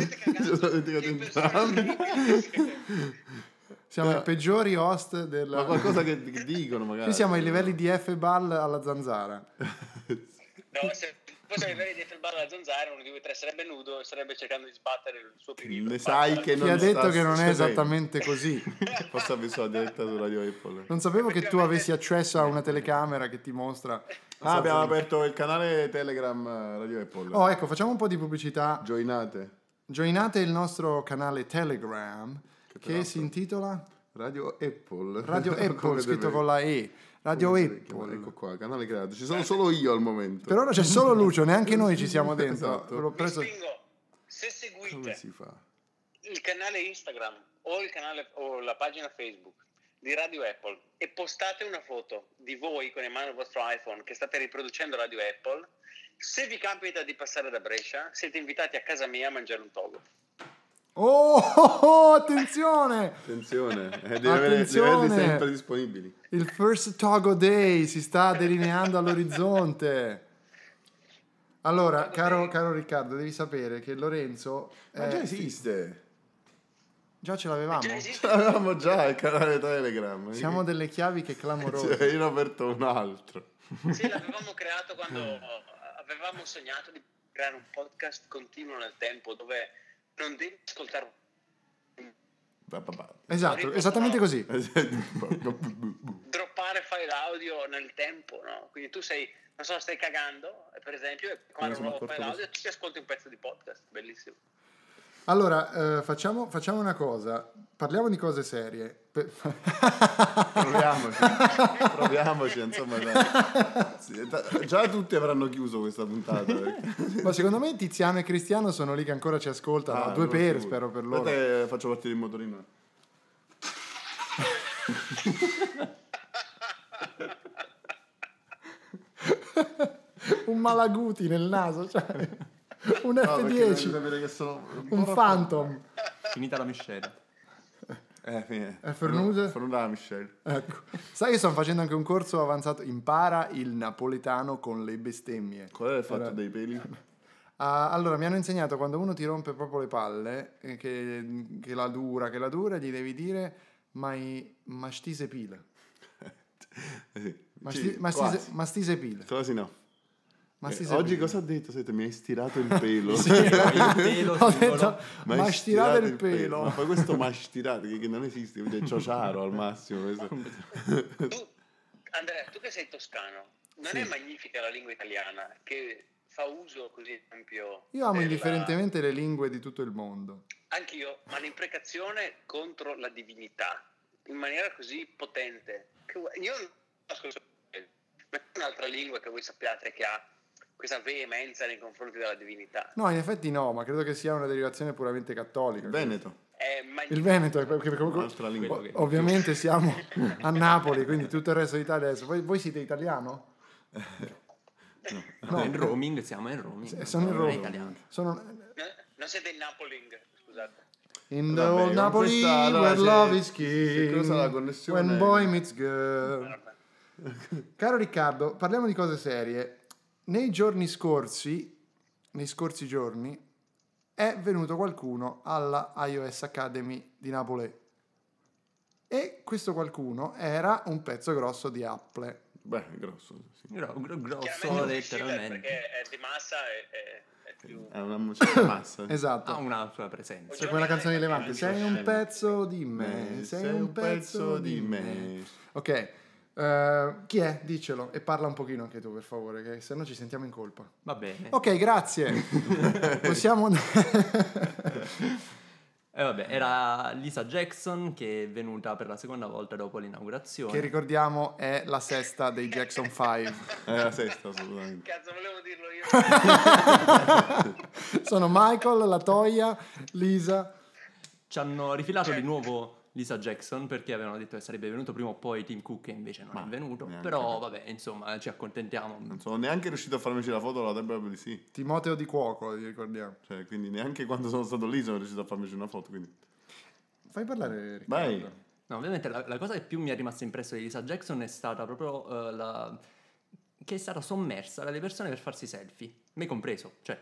Siamo i peggiori host del... Ma qualcosa che dicono magari. Qui siamo ai livelli di F-Ball alla zanzara. No, se fosse ai livelli di F-Ball alla zanzara, uno di voi tre sarebbe nudo e sarebbe cercando di sbattere il suo pirillo. Ne sai che non Chi ha detto che non è esattamente così? Forse ha visto la diretta su Radio Apple. Non sapevo che tu avessi accesso a una telecamera che ti mostra... abbiamo aperto il canale Telegram Radio Apple. Oh, ecco, facciamo un po' di pubblicità. Joinate il nostro canale Telegram che si intitola Radio Apple. Radio Apple, scritto con la E. Radio Apple. Ecco qua, canale creato. Ci sono solo io al momento. Per ora c'è solo Lucio, neanche noi ci siamo dentro. Esatto. L'ho preso... Vi spingo, se seguite come si fa? il canale Instagram o il canale o la pagina Facebook di Radio Apple e postate una foto di voi con in mano il vostro iPhone che state riproducendo Radio Apple, se vi capita di passare da Brescia siete invitati a casa mia a mangiare un togo. Attenzione! Devi averli sempre disponibili. Il first Togo Day si sta delineando all'orizzonte. Allora, caro Riccardo, devi sapere che Lorenzo... Ma già esiste. Già ce l'avevamo? Ce l'avevamo già il canale Telegram. Siamo delle chiaviche clamorose. Io ne ho aperto un altro. Sì, l'avevamo creato quando avevamo sognato di creare un podcast continuo nel tempo dove non devi ascoltare. Esatto, esattamente così. Droppare file audio nel tempo, no? Quindi tu stai cagando, per esempio, e quando nuovo file audio tu ti ascolti un pezzo di podcast, bellissimo. Allora, facciamo una cosa, parliamo di cose serie. Proviamoci, insomma. Già tutti avranno chiuso questa puntata. Ma secondo me Tiziano e Cristiano sono lì che ancora ci ascoltano. Due per, spero per loro. Aspetta, faccio partire il motorino. Un Malaguti nel naso, cioè... Un F10, che sono un Phantom. Finita la miscela. È Fernuse? Fernuse Michelle. Ecco. Sai che sto facendo anche un corso avanzato, impara il napoletano con le bestemmie. Qual è il fatto dei peli? Allora mi hanno insegnato quando uno ti rompe proprio le palle che la dura gli devi dire mastise pile. Mastise pile. Quasi no. Oggi cosa ha detto? Senti, mi hai stirato il pelo. Sì, ho detto, mi hai stirato il pelo. Ma poi questo mi ha stirato, che non esiste, è ciociaro al massimo. Tu, Andrea, tu che sei toscano, non è magnifica la lingua italiana che fa uso così ampio? Io amo indifferentemente le lingue di tutto il mondo. Anch'io, ma l'imprecazione contro la divinità in maniera così potente che io non ascolto un'altra lingua che voi sappiate che ha questa veemenza nei confronti della divinità. No, in effetti no, ma credo che sia una derivazione puramente cattolica. Il Veneto è un'altra lingua. Ovviamente siamo a Napoli, quindi tutto il resto d'Italia adesso. Voi siete italiano? No, in roaming, siamo in roaming. Sono in roaming. Italiano. Non siete in Napoling, scusate. In the old Napoli where love is king, cosa la connessione? When boy meets girl. Caro Riccardo, parliamo di cose serie. Nei scorsi giorni è venuto qualcuno alla iOS Academy di Napoli. E questo qualcuno era un pezzo grosso di Apple. Beh, grosso. Sì. Grosso letteralmente. Perché è di massa è più... Ha una certa massa. Esatto. Ha una sua presenza. C'è quella canzone di Levante. Sei un pezzo di me. Sei un pezzo di me. Ok. Chi è? Diccelo e parla un pochino anche tu, per favore, che se no ci sentiamo in colpa. Va bene. Ok, grazie. Possiamo... Vabbè, era Lisa Jackson che è venuta per la seconda volta dopo l'inaugurazione. che ricordiamo è la sesta dei Jackson 5. È la sesta, assolutamente. Cazzo, volevo dirlo io. Sono Michael, la Toia, Lisa. Ci hanno rifilato di nuovo Lisa Jackson perché avevano detto che sarebbe venuto prima o poi Tim Cook e invece non è venuto. Però vabbè, insomma, ci accontentiamo. Non sono neanche riuscito a farmici la foto, la proprio di sì. Timoteo di Cuoco, ti ricordiamo. Cioè, quindi neanche quando sono stato lì sono riuscito a farmici una foto, quindi... Fai parlare Riccardo. Vai. No, ovviamente la cosa che più mi è rimasta impressa di Lisa Jackson è stata proprio che è stata sommersa dalle persone per farsi selfie, me compreso, cioè.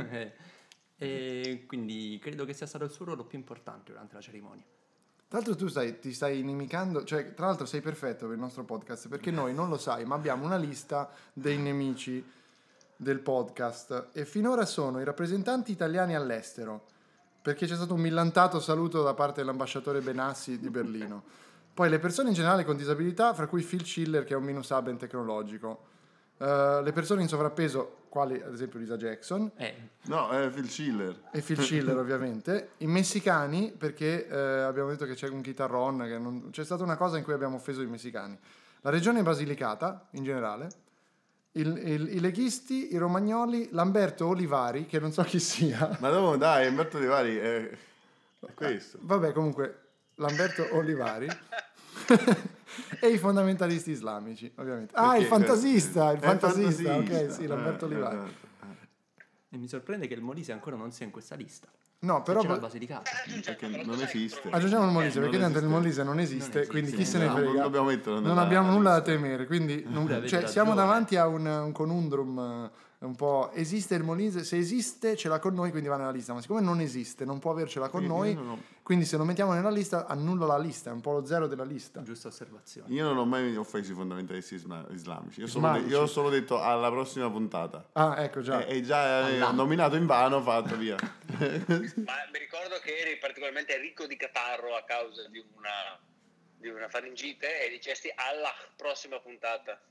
E quindi credo che sia stato il suo ruolo più importante durante la cerimonia. Tra l'altro tu ti stai inimicando, cioè tra l'altro sei perfetto per il nostro podcast perché noi non lo sai ma abbiamo una lista dei nemici del podcast e finora sono i rappresentanti italiani all'estero perché c'è stato un millantato saluto da parte dell'ambasciatore Benassi di Berlino, poi le persone in generale con disabilità fra cui Phil Schiller che è un minus abent tecnologico, le persone in sovrappeso quali ad esempio Lisa Jackson No, è Phil Schiller. e Phil Schiller ovviamente, i messicani perché abbiamo detto che c'è un chitarron che c'è stata una cosa in cui abbiamo offeso i messicani, la regione Basilicata in generale, i leghisti, i romagnoli, Lamberto Olivari che non so chi sia, Ma dopo dai, Umberto Di Vari è questo. vabbè comunque Lamberto Olivari e i fondamentalisti islamici ovviamente. Perché? Il fantasista, fantasista. ok sì, Lamberto Olivari. E mi sorprende che il Molise ancora non sia in questa lista. No, però C'era la Basilicata. Perché non esiste. aggiungiamo il Molise Non perché tanto il esiste. Molise non esiste, quindi chi se ne No, frega. non dobbiamo metterlo Non nella abbiamo nulla da lista. temere, quindi Avete cioè, siamo ragione. davanti a un conundrum un po'. Esiste il Molise? Se esiste ce l'ha con noi, quindi va nella lista, ma siccome non esiste, non può avercela con noi, quindi se lo mettiamo nella lista annulla la lista, è un po' lo zero della lista. Giusta osservazione. Io non ho mai offeso i fondamentalisti islamici. Islamici. Io ho solo detto alla prossima puntata. Ecco già. E già nominato in vano, fatto via. Ma mi ricordo che eri particolarmente ricco di catarro a causa di una faringite e dicesti alla prossima puntata.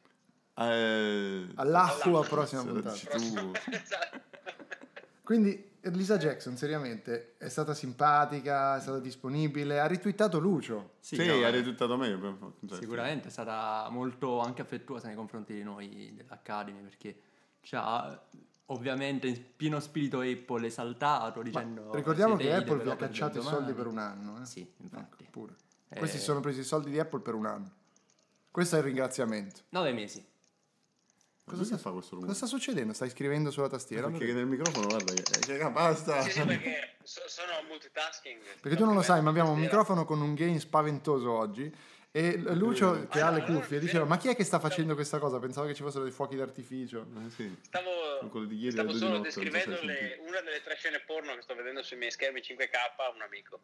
Allahu a prossima Se lo puntata. dici tu. Esatto. Quindi Lisa Jackson seriamente è stata simpatica, è stata disponibile, ha ritwittato Lucio. Sì, no, ha risultato meglio. sicuramente è stata molto anche affettuosa nei confronti di noi dell'Academy perché ci ha ovviamente in pieno spirito Apple esaltato dicendo Ricordiamo "Siete che i Apple vi ha developer cacciato i del soldi domani". per un anno. Sì, infatti. Ecco, pure. Questi si sono presi i soldi di Apple per un anno. Questo è il ringraziamento. 9 mesi. Cosa fa questo rumore? Cosa sta succedendo? Stai scrivendo sulla tastiera? Perché nel microfono, guarda, che basta. Sì, perché sono multitasking. Perché tu non lo sai, ma abbiamo un microfono con un gain spaventoso oggi. E Lucio, che ha le cuffie, diceva: ma chi è che sta facendo questa cosa? Pensavo che ci fossero dei fuochi d'artificio. Sì. Stavo Di ieri, stavo alle 2 di solo notte, descrivendo non so se hai sentito. una delle 3 scene porno che sto vedendo sui miei schermi 5K a un amico.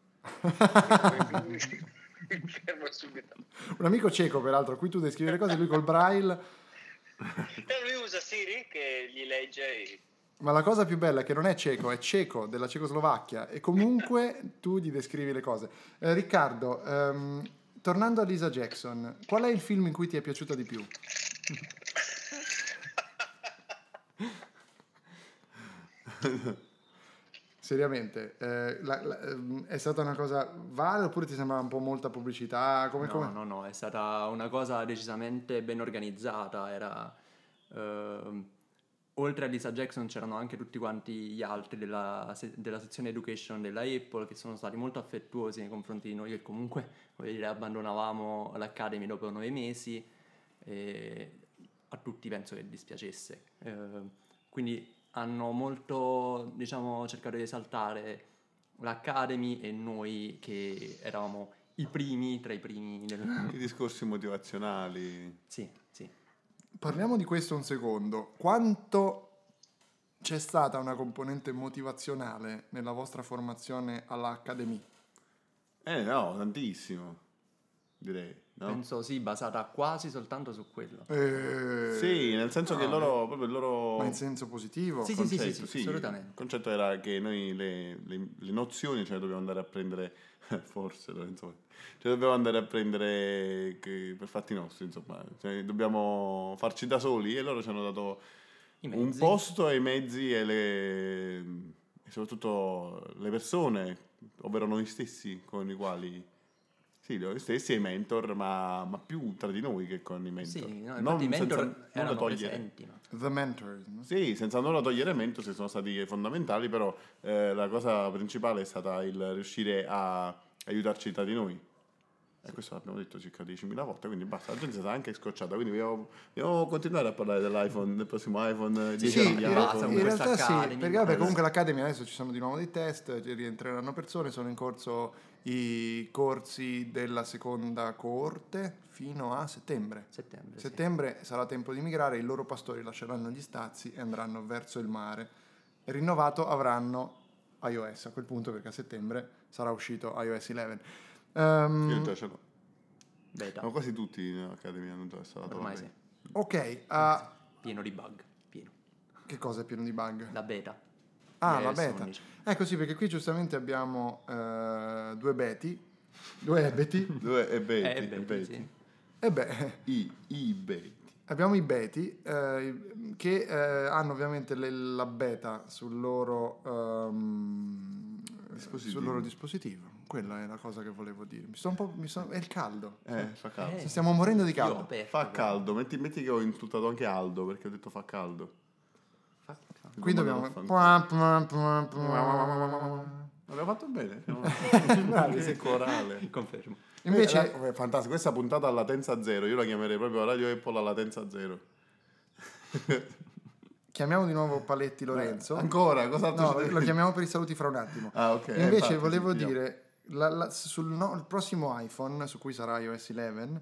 Fermo subito. Un amico cieco, peraltro, a cui tu descrivi le cose, lui col braille. E lui usa Siri che gli legge Ma la cosa più bella è che non è ceco della Cecoslovacchia e comunque tu gli descrivi le cose. Riccardo, tornando a Lisa Jackson, qual è il film in cui ti è piaciuto di più? Seriamente, è stata una cosa vale oppure ti sembrava un po' molta pubblicità? No, è stata una cosa decisamente ben organizzata, era oltre a Lisa Jackson c'erano anche tutti quanti gli altri della sezione education della Apple che sono stati molto affettuosi nei confronti di noi che comunque voglio dire, abbandonavamo l'Academy dopo 9 mesi e a tutti penso che dispiacesse, quindi hanno molto, diciamo, cercato di esaltare l'Academy e noi che eravamo i primi tra i primi I discorsi motivazionali. Sì. Parliamo di questo un secondo. Quanto c'è stata una componente motivazionale nella vostra formazione all'Academy? No, tantissimo. direi, no? Penso sì, basata quasi soltanto su quello. Sì, nel senso che proprio il loro... Ma in senso positivo? Sì, concetto, sì, assolutamente. Il concetto era che noi le nozioni ce le dobbiamo andare a prendere, forse Lorenzo, ce le dobbiamo andare a prendere per fatti nostri, insomma, cioè, dobbiamo farci da soli, e loro ci hanno dato un posto e i mezzi e soprattutto le persone, ovvero noi stessi, con i quali... Sì, noi stessi e i mentor, ma più tra di noi che con i mentor. Sì, no, infatti i mentor erano presenti. No? The mentors. No? Sì, senza nulla togliere ai mentor, che sono stati fondamentali, però la cosa principale è stata il riuscire a aiutarci tra di noi. E questo l'abbiamo detto circa 10.000 volte, quindi basta, la gente si è anche scocciata, quindi dobbiamo continuare a parlare dell'iPhone, del prossimo iPhone, 10 anni di iPhone. In realtà sì, perché vabbè, comunque l'Academy adesso ci sono di nuovo dei test, rientreranno persone, sono in corso i corsi della seconda coorte fino a settembre. Settembre sarà tempo di migrare, i loro pastori lasceranno gli stazi e andranno verso il mare. Rinnovato avranno iOS a quel punto, perché a settembre sarà uscito iOS 11. Io già ce l'ho. Beta. Ma quasi tutti in Academy hanno già installato. Ormai sì. Ok. Pieno di bug. Pieno. Che cosa è pieno di bug? La beta. La beta. Ecco sì, perché qui giustamente abbiamo due ebeti. Sì. E beh. I beti. Abbiamo i beti che hanno ovviamente la beta sul loro dispositivo. Quella è la cosa che volevo dire. È il caldo. Fa caldo. Stiamo morendo di caldo. Fa caldo. Metti che ho insultato anche Aldo, perché ho detto fa caldo. Qui dobbiamo... Abbiamo fatto bene. Bravi, sei corale. Confermo. Invece... È fantastico. Questa puntata a latenza zero. Io la chiamerei proprio Radio Apple a latenza zero. Chiamiamo di nuovo Paletti Lorenzo. Ancora? Cos'altro? No, lo chiamiamo per i saluti fra un attimo. Ok. Invece volevo dire... il prossimo iPhone, su cui sarà iOS 11,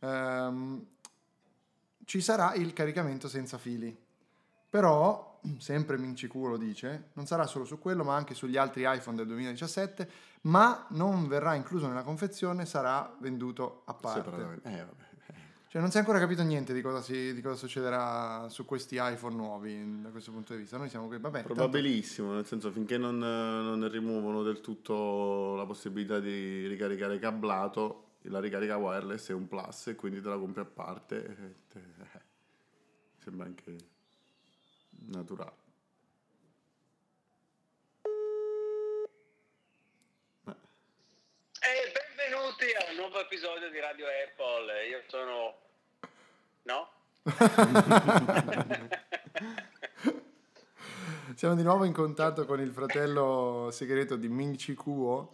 ci sarà il caricamento senza fili. Però, sempre Mincicu lo dice, non sarà solo su quello, ma anche sugli altri iPhone del 2017, ma non verrà incluso nella confezione, sarà venduto a parte. Cioè non si è ancora capito niente di cosa succederà su questi iPhone nuovi da questo punto di vista. Noi siamo qui, vabbè. Probabilissimo, nel senso, finché non rimuovono del tutto la possibilità di ricaricare cablato, la ricarica wireless è un plus e quindi te la compri a parte. Sembra anche naturale. Benvenuti a un nuovo episodio di Radio Apple. Io sono... No? Siamo di nuovo in contatto con il fratello segreto di Ming-Chi Kuo,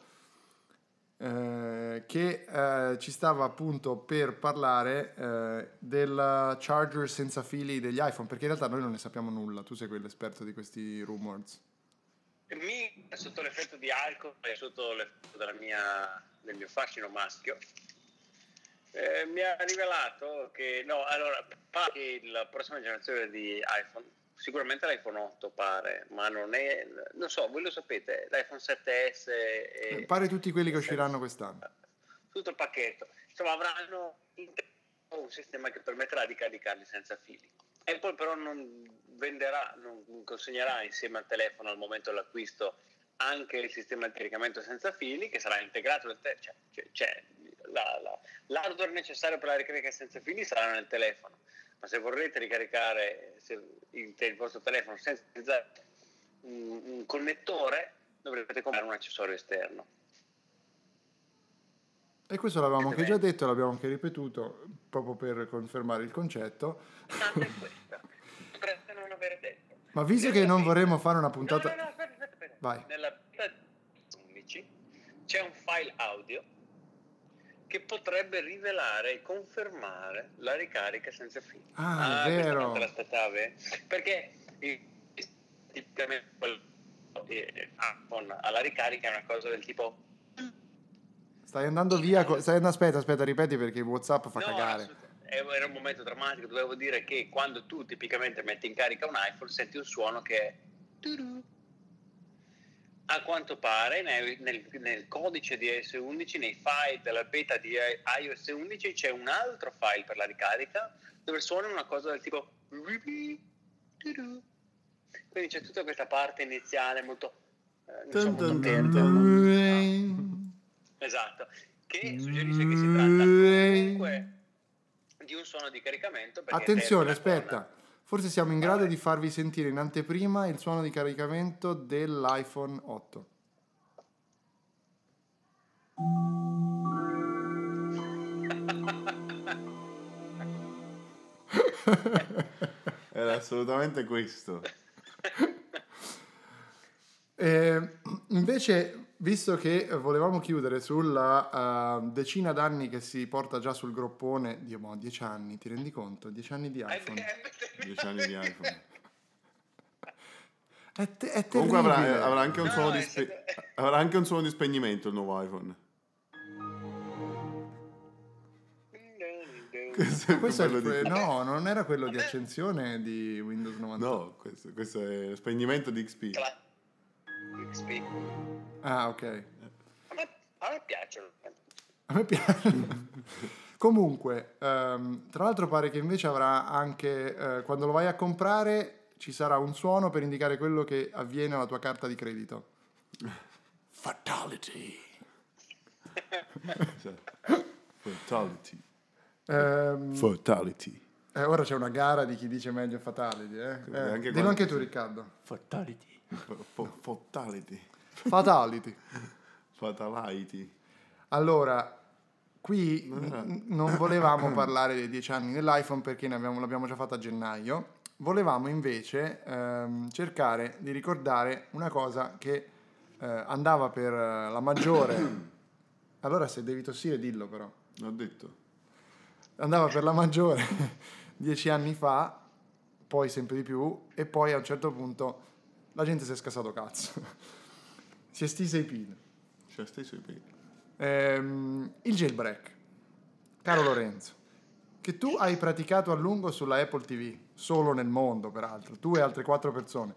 che ci stava appunto per parlare del charger senza fili degli iPhone, perché in realtà noi non ne sappiamo nulla. Tu sei quell'esperto di questi rumors. Sotto l'effetto di alcol e sotto l'effetto del mio fascino maschio, mi ha rivelato che pare che la prossima generazione di iPhone, sicuramente l'iPhone 8 pare, ma non so, voi lo sapete, l'iPhone 7S pare tutti quelli che usciranno quest'anno, tutto il pacchetto, insomma avranno un sistema che permetterà di caricarli senza fili. Apple però non consegnerà insieme al telefono al momento dell'acquisto anche il sistema di caricamento senza fili, che sarà integrato nel l'hardware necessario per la ricarica senza fili sarà nel telefono, ma se vorrete ricaricare il vostro telefono senza utilizzare un connettore, dovrete comprare un accessorio esterno. E questo l'avevamo anche già detto, l'abbiamo anche ripetuto proprio per confermare il concetto. Tanto è questa, potreste non aver detto. Ma visto che non vorremmo fare una puntata... No, aspetta. Vai. Nella 11 c'è un file audio che potrebbe rivelare e confermare la ricarica senza fili. È vero. Non te l'aspettavi? Perché tipicamente iPhone alla ricarica è una cosa del tipo... Stai andando via, aspetta, ripeti perché WhatsApp fa cagare. Era un momento drammatico, dovevo dire che quando tu tipicamente metti in carica un iPhone senti un suono che è... A quanto pare nel codice di iOS 11, nei file della beta di iOS 11 c'è un altro file per la ricarica dove suona una cosa del tipo quindi c'è tutta questa parte iniziale molto esatto, che suggerisce che si tratta comunque di un suono di caricamento. Attenzione, aspetta, forse siamo in grado di farvi sentire in anteprima il suono di caricamento dell'iPhone 8. Era assolutamente questo. Invece, visto che volevamo chiudere sulla decina d'anni che si porta già sul groppone, Dio, 10 anni, ti rendi conto? 10 anni di iPhone. 10 anni di iPhone. È terribile. Comunque avrà anche un suono avrà anche un suono di spegnimento il nuovo iPhone. Questo è no, non era quello di accensione di Windows 90. No, questo è lo spegnimento di XP. XP. Ah, ok. A me piacciono. A me piace. Comunque, tra l'altro pare che invece avrà anche, quando lo vai a comprare, ci sarà un suono per indicare quello che avviene alla tua carta di credito. Fatality. Fatality. Ora c'è una gara di chi dice meglio Fatality. Dillo anche tu, Riccardo. Fatality. Fatality. Allora, qui non volevamo parlare dei 10 anni dell'iPhone perché l'abbiamo già fatto a gennaio. Volevamo invece cercare di ricordare una cosa che andava per la maggiore. Allora, se devi tossire, dillo però. L'ho detto. Andava per la maggiore 10 anni fa, poi sempre di più, e poi a un certo punto la gente si è scassato cazzo. Si è stisa i piedi. Il jailbreak, caro Lorenzo, che tu hai praticato a lungo sulla Apple TV, solo nel mondo peraltro, tu e altre 4 persone.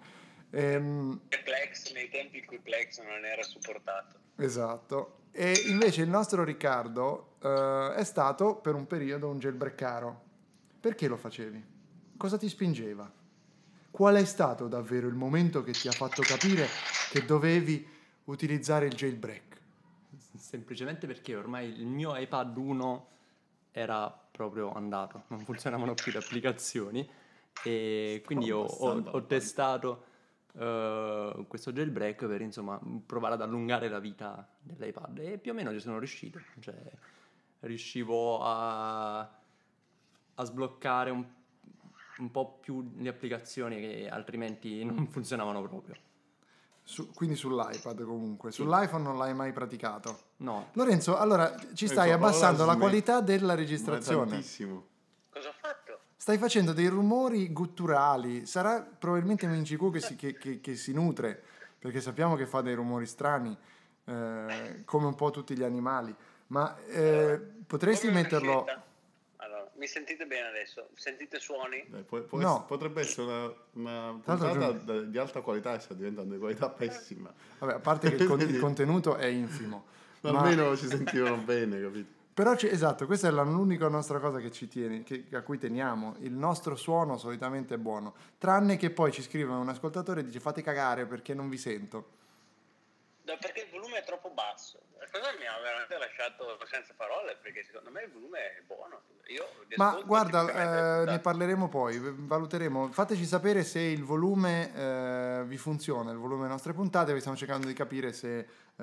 Plex, nei tempi in cui Plex non era supportato. Esatto. E invece il nostro Riccardo è stato per un periodo un jailbreakaro. Perché lo facevi? Cosa ti spingeva? Qual è stato davvero il momento che ti ha fatto capire che dovevi utilizzare il jailbreak? Semplicemente perché ormai il mio iPad 1 era proprio andato, non funzionavano più le applicazioni e quindi ho testato questo jailbreak per insomma provare ad allungare la vita dell'iPad e più o meno ci sono riuscito, cioè riuscivo a sbloccare un po' più le applicazioni che altrimenti non funzionavano proprio. Quindi sull'iPad comunque, sì. Sull'iPhone non l'hai mai praticato? No. Lorenzo, allora ci stai abbassando la qualità della registrazione. Tantissimo. Cosa ho fatto? Stai facendo dei rumori gutturali. Sarà probabilmente Mincicu che si nutre, perché sappiamo che fa dei rumori strani, come un po' tutti gli animali. Ma potresti metterlo... Allora, mi sentite bene adesso? Sentite suoni? No. Potrebbe essere una puntata di alta qualità e sta diventando di qualità pessima. Vabbè, a parte che il contenuto è infimo. Almeno ci sentivano bene, capito? Però esatto, questa è l'unica nostra cosa che ci tiene, a cui teniamo. Il nostro suono solitamente è buono, tranne che poi ci scrive un ascoltatore e dice fate cagare perché non vi sento. No, perché il volume è troppo basso. La cosa mi ha veramente lasciato senza parole, perché secondo me il volume è buono. Ma guarda, ne parleremo poi, valuteremo. Fateci sapere se il volume vi funziona, il volume delle nostre puntate, perché stiamo cercando di capire se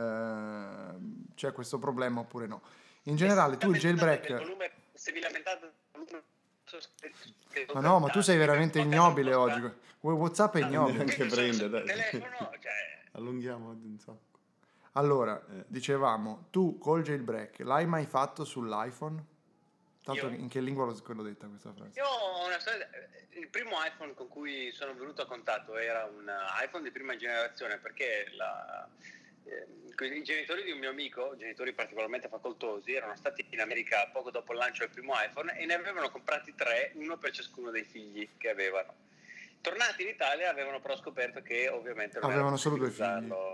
c'è questo problema oppure no. In generale, tu il jailbreak... Il volume, se vi lamentate... Ma no, ma tu sei veramente ignobile oggi. WhatsApp è ignobile. Anche prende, dai. Telefono, cioè... Allunghiamo un sacco. Allora, dicevamo, tu col jailbreak l'hai mai fatto sull'iPhone? Tanto in che lingua l'ho detta questa frase? Io ho una storia. Il primo iPhone con cui sono venuto a contatto era un iPhone di prima generazione, perché i genitori di un mio amico, genitori particolarmente facoltosi, erano stati in America poco dopo il lancio del primo iPhone e ne avevano comprati 3, uno per ciascuno dei figli che avevano. Tornati in Italia avevano però scoperto che ovviamente non avevano era solo 2 usarlo. figli.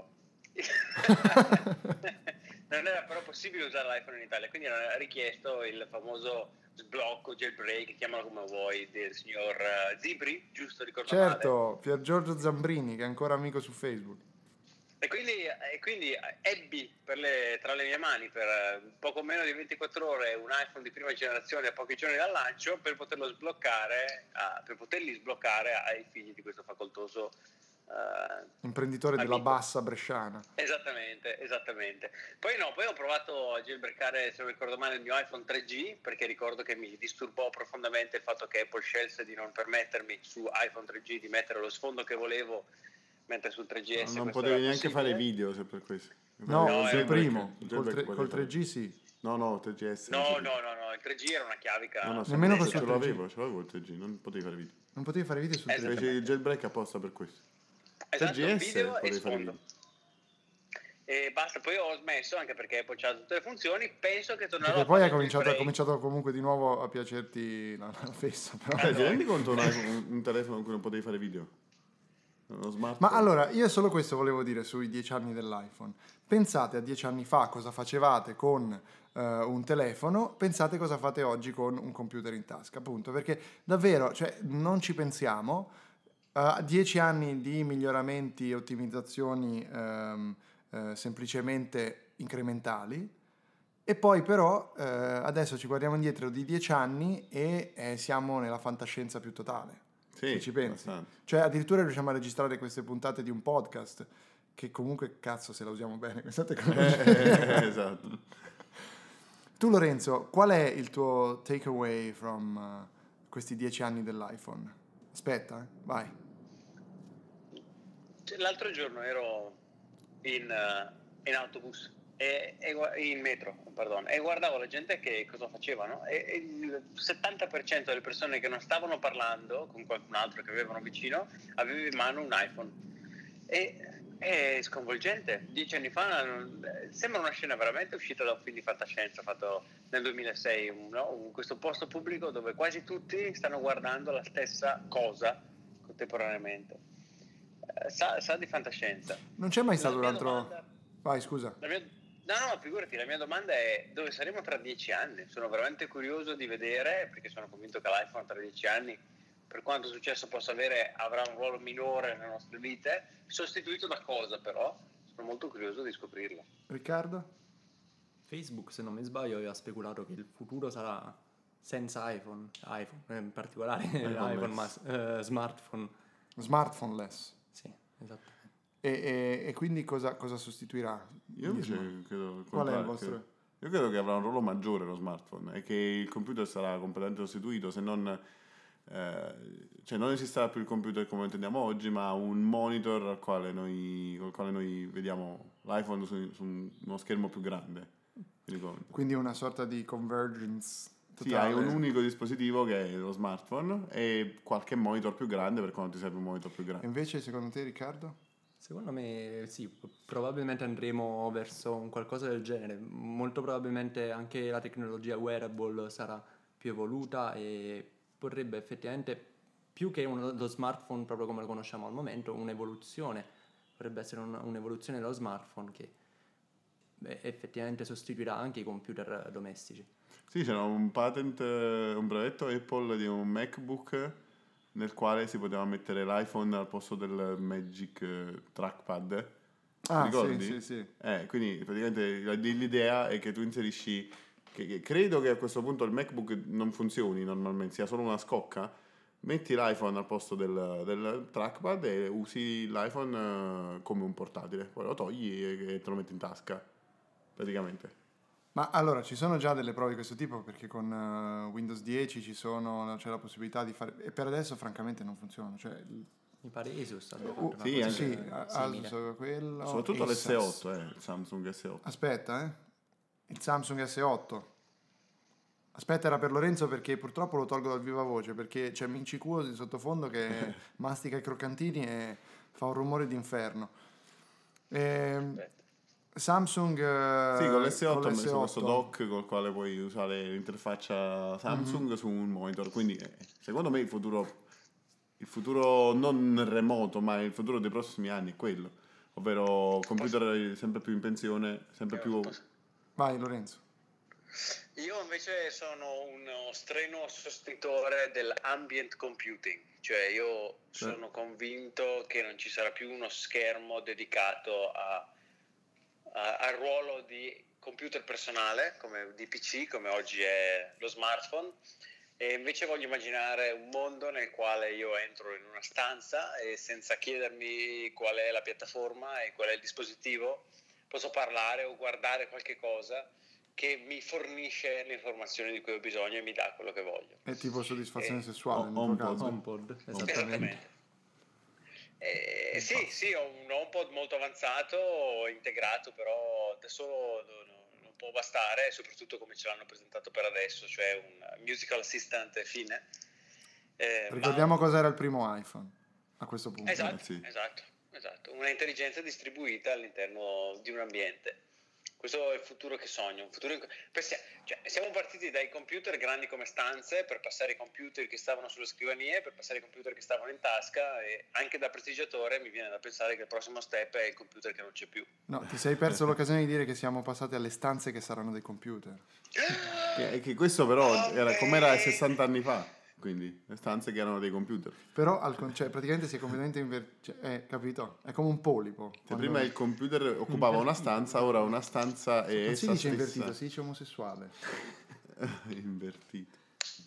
Non era però possibile usare l'iPhone in Italia, quindi era richiesto il famoso sblocco, jailbreak, chiamalo come vuoi, del signor Zibri, giusto? Ricordo Certo, male. Pier Giorgio Zambrini, che è ancora amico su Facebook. E quindi ebbi tra le mie mani per poco meno di 24 ore un iPhone di prima generazione a pochi giorni dal lancio per poterli sbloccare ai figli di questo facoltoso imprenditore amico. Della bassa bresciana. Esattamente. Poi ho provato a jailbreakare, se non ricordo male, il mio iPhone 3G, perché ricordo che mi disturbò profondamente il fatto che Apple scelse di non permettermi su iPhone 3G di mettere lo sfondo che volevo, mentre sul 3GS non questo potevi era neanche possibile. fare video, se per questo. No, sul primo, jailbreak col 3G sì. No, 3GS. No, il 3G era una chiavica. No, nemmeno ce sul l'avevo il 3G, non potevi fare video. Non potevi fare video sul 3G. Feci il jailbreak apposta per questo. Esatto, 3GS video e potevi fare sfondo. video. E basta, poi ho smesso anche perché Apple c'ha tutte le funzioni, penso che tornerò Perché a poi fare ha jailbreak. cominciato comunque di nuovo a piacerti la fessa. Però. Ti rendi conto un telefono con cui non potevi fare video? Uno smartphone. Ma allora, io solo questo volevo dire sui 10 anni dell'iPhone. Pensate a 10 anni fa cosa facevate con un telefono, pensate cosa fate oggi con un computer in tasca, appunto, perché davvero, cioè, non ci pensiamo. 10 anni di miglioramenti e ottimizzazioni semplicemente incrementali, e poi però adesso ci guardiamo indietro di 10 anni e siamo nella fantascienza più totale. Sì, se ci pensi. abbastanza. Cioè addirittura riusciamo a registrare queste puntate di un podcast che comunque, cazzo, se la usiamo bene questa tecnologia. Esatto. Tu Lorenzo, qual è il tuo takeaway from questi 10 anni dell'iPhone? Aspetta, vai. L'altro giorno ero in autobus in metro, pardon, e guardavo la gente che cosa facevano e il 70% delle persone che non stavano parlando con qualcun altro che avevano vicino aveva in mano un iPhone. È sconvolgente. 10 anni fa sembra una scena veramente uscita da un film di fantascienza fatto nel 2006, questo posto pubblico dove quasi tutti stanno guardando la stessa cosa contemporaneamente. Sa di fantascienza. Non c'è mai stato un altro... Vai, scusa. No, figurati, la mia domanda è dove saremo tra 10 anni? Sono veramente curioso di vedere, perché sono convinto che l'iPhone tra 10 anni, per quanto successo possa avere, avrà un ruolo minore nelle nostre vite, sostituito da cosa però? Sono molto curioso di scoprirlo. Riccardo? Facebook, se non mi sbaglio, aveva speculato che il futuro sarà senza iPhone in particolare smartphone. Smartphone-less. Sì, esatto. E quindi cosa sostituirà? Io invece credo... Qual è il vostro? Io credo che avrà un ruolo maggiore lo smartphone e che il computer sarà completamente sostituito, se non... cioè non esisterà più il computer come lo intendiamo oggi, ma un monitor col quale noi vediamo l'iPhone su uno schermo più grande. Quindi una sorta di convergence totale. Sì, hai un unico dispositivo che è lo smartphone e qualche monitor più grande per quando ti serve un monitor più grande. E invece secondo te, Riccardo? Secondo me sì, probabilmente andremo verso un qualcosa del genere. Molto probabilmente anche la tecnologia wearable sarà più evoluta e potrebbe effettivamente, più che lo smartphone proprio come lo conosciamo al momento, un'evoluzione. Potrebbe essere un'evoluzione dello smartphone che effettivamente sostituirà anche i computer domestici. Sì, c'era un brevetto Apple di un MacBook nel quale si poteva mettere l'iPhone al posto del Magic Trackpad. Ah, ricordi? sì. Quindi praticamente l'idea è che tu inserisci, che credo che a questo punto il MacBook non funzioni normalmente, sia solo una scocca, metti l'iPhone al posto del trackpad e usi l'iPhone come un portatile, poi lo togli e te lo metti in tasca, praticamente. Ma allora, ci sono già delle prove di questo tipo, perché con Windows 10 c'è la possibilità di fare... E per adesso francamente non funzionano, cioè... Mi pare Asus sì, anche Asus quello. Soprattutto l'S8, il Samsung S8. Aspetta, il Samsung S8. Aspetta, era per Lorenzo perché purtroppo lo tolgo dal viva voce, perché c'è Minci Cuo di sottofondo che mastica i croccantini e fa un rumore d'inferno. Samsung sì, con l'S8 ho messo questo dock col quale puoi usare l'interfaccia Samsung su un monitor, quindi secondo me il futuro non remoto, ma il futuro dei prossimi anni è quello. ovvero computer sempre più in pensione, sempre più... Vai Lorenzo. Io invece sono uno strenuo sostenitore dell'ambient computing, cioè io sono convinto che non ci sarà più uno schermo dedicato al ruolo di computer personale, come di PC, come oggi è lo smartphone, e invece voglio immaginare un mondo nel quale io entro in una stanza e senza chiedermi qual è la piattaforma e qual è il dispositivo, posso parlare o guardare qualche cosa che mi fornisce le informazioni di cui ho bisogno e mi dà quello che voglio. È tipo soddisfazione sessuale nel tuo caso. HomePod, esattamente. Sì, ho un HomePod molto avanzato, integrato, però da solo non può bastare, soprattutto come ce l'hanno presentato per adesso, cioè un musical assistant fine. Ricordiamo cos'era il primo iPhone a questo punto. Esatto, una intelligenza distribuita all'interno di un ambiente. Questo è il futuro che sogno. Siamo partiti dai computer grandi come stanze, per passare ai computer che stavano sulle scrivanie, per passare ai computer che stavano in tasca, e anche da prestigiatore mi viene da pensare che il prossimo step è il computer che non c'è più. No, ti sei perso l'occasione di dire che siamo passati alle stanze che saranno dei computer. che questo però era com'era 60 anni fa. Quindi le stanze che erano dei computer. Però praticamente si è completamente capito? È come un polipo. Prima il computer occupava una stanza, ora una stanza è non si dice invertito, si dice omosessuale. Invertito.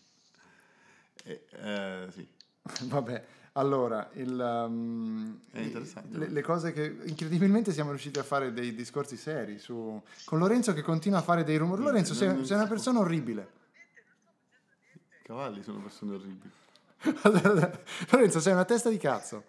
Sì. Vabbè, allora è interessante. Le cose che incredibilmente siamo riusciti a fare dei discorsi seri con Lorenzo che continua a fare dei rumori. Lorenzo, sei una persona orribile. I cavalli sono persone orribili. Lorenzo, sei una testa di cazzo.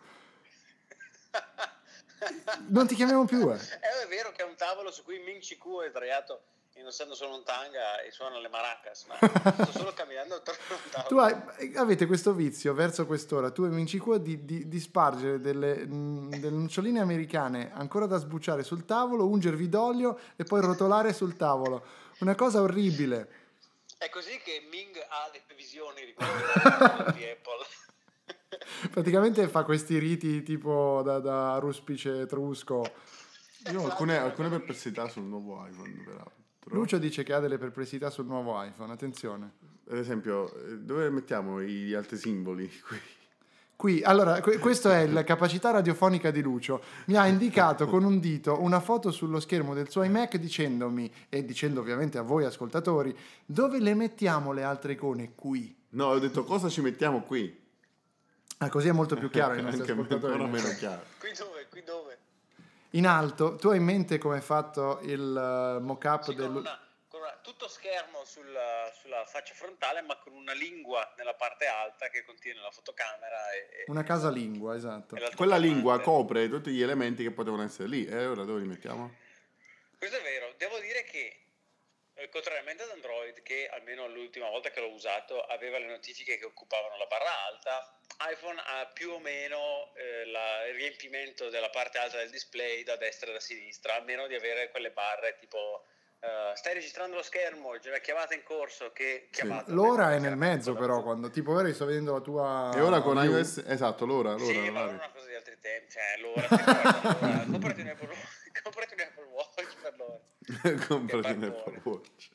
Non ti chiamiamo più. È vero che è un tavolo su cui Ming Chi Kuo è sdraiato indossando solo un tanga e suona le maracas, ma sto solo camminando attorno a un tavolo. Avete questo vizio verso quest'ora, tu e Ming Chi Kuo, di spargere delle noccioline americane ancora da sbucciare sul tavolo, ungervi d'olio e poi rotolare sul tavolo. Una cosa orribile. È così che Ming ha le previsioni di quello di Apple. Praticamente fa questi riti tipo da ruspice etrusco. Io ho alcune perplessità sul nuovo iPhone, peraltro. Lucio dice che ha delle perplessità sul nuovo iPhone, attenzione. Ad esempio, dove mettiamo gli altri simboli qui? Allora, questa è la capacità radiofonica di Lucio. Mi ha indicato con un dito una foto sullo schermo del suo iMac dicendomi, e dicendo ovviamente a voi ascoltatori, dove le mettiamo le altre icone? Qui. No, ho detto cosa ci mettiamo qui. Così è molto più chiaro ai nostri ascoltatori. Ancora meno chiaro. Qui dove? In alto, tu hai in mente come è fatto il mock-up tutto schermo sulla faccia frontale, ma con una lingua nella parte alta che contiene la fotocamera una casalingua, esatto. Quella lingua copre tutti gli elementi che potevano essere lì, e ora dove li mettiamo? Questo è vero. Devo dire che contrariamente ad Android, che almeno l'ultima volta che l'ho usato aveva le notifiche che occupavano la barra alta, iPhone ha più o meno il riempimento della parte alta del display da destra e da sinistra, a meno di avere quelle barre tipo stai registrando lo schermo, c'è una chiamata in corso, che chiamata? L'ora è nel mezzo, però quando tipo ora sto vedendo la tua e ora con iOS, esatto, l'ora sì, ma non è una cosa di altri tempi, cioè l'ora comprati un Apple Watch per l'ora. Comprati un Apple Watch.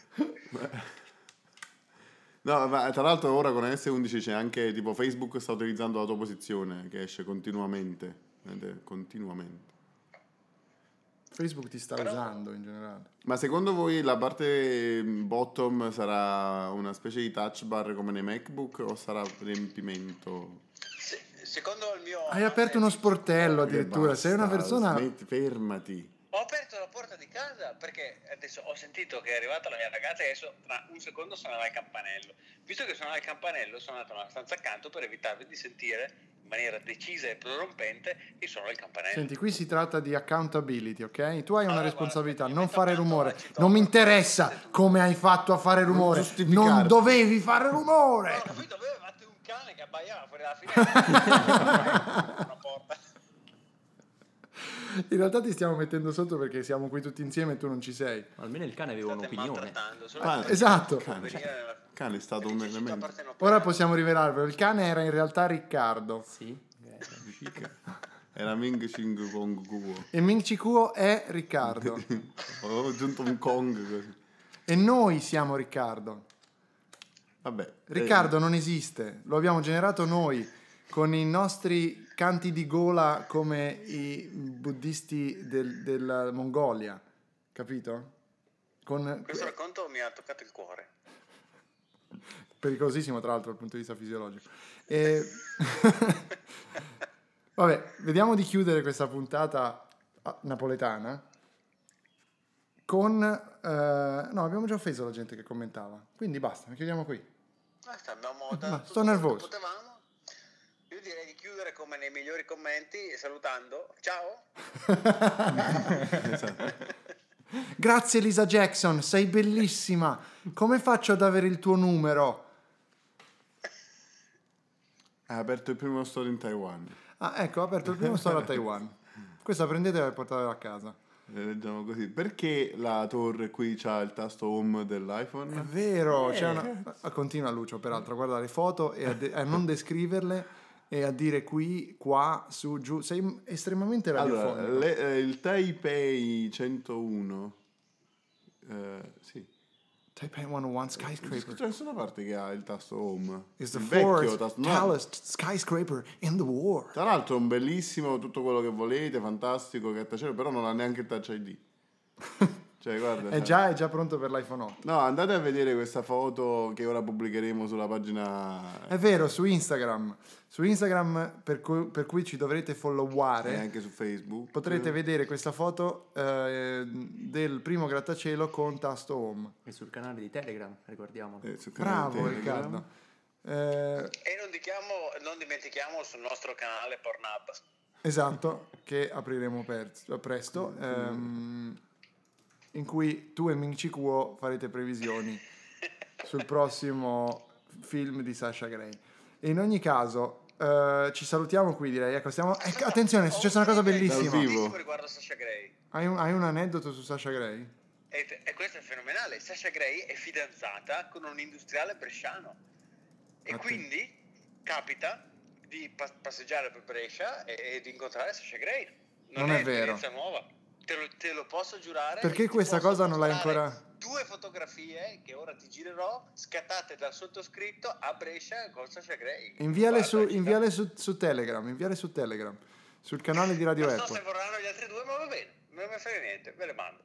No, ma tra l'altro ora con iOS 11 c'è anche tipo Facebook sta utilizzando la tua posizione che esce continuamente. Facebook ti sta usando in generale. Ma secondo voi la parte bottom sarà una specie di touch bar come nei MacBook o sarà riempimento? Secondo il mio... Hai aperto uno sportello addirittura, sei una persona... Fermati. Ho aperto la porta di casa perché adesso ho sentito che è arrivata la mia ragazza e adesso tra un secondo suonerà il campanello. Visto che suonerà il campanello, sono andato nella stanza accanto per evitarvi di sentire in maniera decisa e prorompente il suono del campanello. Senti, qui si tratta di accountability, ok? Tu hai una responsabilità, non fare rumore. Non mi interessa come hai fatto a fare rumore. Non dovevi fare rumore. No, qui dovevate un cane che abbaiava fuori dalla finestra. Una porta. In realtà ti stiamo mettendo sotto perché siamo qui tutti insieme e tu non ci sei. Almeno il cane aveva un'opinione. Esatto. Cane è stato un elemento. Ora possiamo rivelarvelo. Il cane era in realtà Riccardo. Sì. Era Ming Ching Kong Kuo. E Ming Chi Kuo è Riccardo. Ho aggiunto un Kong così. E noi siamo Riccardo. Vabbè. Riccardo non esiste, lo abbiamo generato noi con i nostri canti di gola come i buddisti della Mongolia, capito? Questo racconto mi ha toccato il cuore. Pericolosissimo tra l'altro dal punto di vista fisiologico. Vabbè, vediamo di chiudere questa puntata napoletana con... no, abbiamo già offeso la gente che commentava, quindi basta, chiudiamo qui. Abbiamo dato sto nervoso. Potevamo. Io direi di chiudere come nei migliori commenti salutando. Ciao. Esatto. Grazie Lisa Jackson, sei bellissima. Come faccio ad avere il tuo numero? Ha aperto il primo store in Taiwan. Ah, ecco, ho aperto il primo store a Taiwan. Questa prendetela e portatela a casa. Leggiamo così. Perché la torre qui c'ha il tasto home È dell'iPhone? vero, c'è una... Continua Lucio, peraltro, a guardare le foto e a non descriverle e a dire qui, qua, su, giù. Sei estremamente radiofonico. Allora, il Taipei 101. Sì. Taipei 101 skyscraper C'è nessuna parte che ha il tasto home. is the Il vecchio fourth tasto. No. tallest skyscraper in the world. Tra l'altro è un bellissimo, tutto quello che volete, fantastico, grattacielo, però non ha neanche il Touch ID. Cioè, guarda. È già pronto per l'iPhone 8. No, andate a vedere questa foto che ora pubblicheremo sulla pagina. È vero, su Instagram. Su Instagram per cui ci dovrete E followare. anche su Facebook. Potrete vedere questa foto del primo grattacielo con tasto home. E sul canale di Telegram, ricordiamo. Sul canale Bravo Telegram. Riccardo. E non dimentichiamo sul nostro canale Pornhub. Esatto, che apriremo presto. In cui tu e Ming Chi Kuo farete previsioni sul prossimo film di Sasha Grey. E in ogni caso ci salutiamo qui, direi. Ecco, attenzione, è successa una cosa bellissima. Dal vivo. Riguardo Sasha Grey. Hai un aneddoto su Sasha Grey? E questo è fenomenale. Sasha Grey è fidanzata con un industriale bresciano. E quindi capita di passeggiare per Brescia e di incontrare Sasha Grey. Non è vero. Un'esperienza nuova. Te lo posso giurare. Perché Ti questa posso cosa non l'hai mostrare ancora... 2 fotografie che ora ti girerò, scattate dal sottoscritto a Brescia con Sasha Grey. Inviale Guarda, su Telegram, sul canale di Radio non so Apple. se vorranno gli altri 2, ma va bene, non me ne frega niente, ve le mando.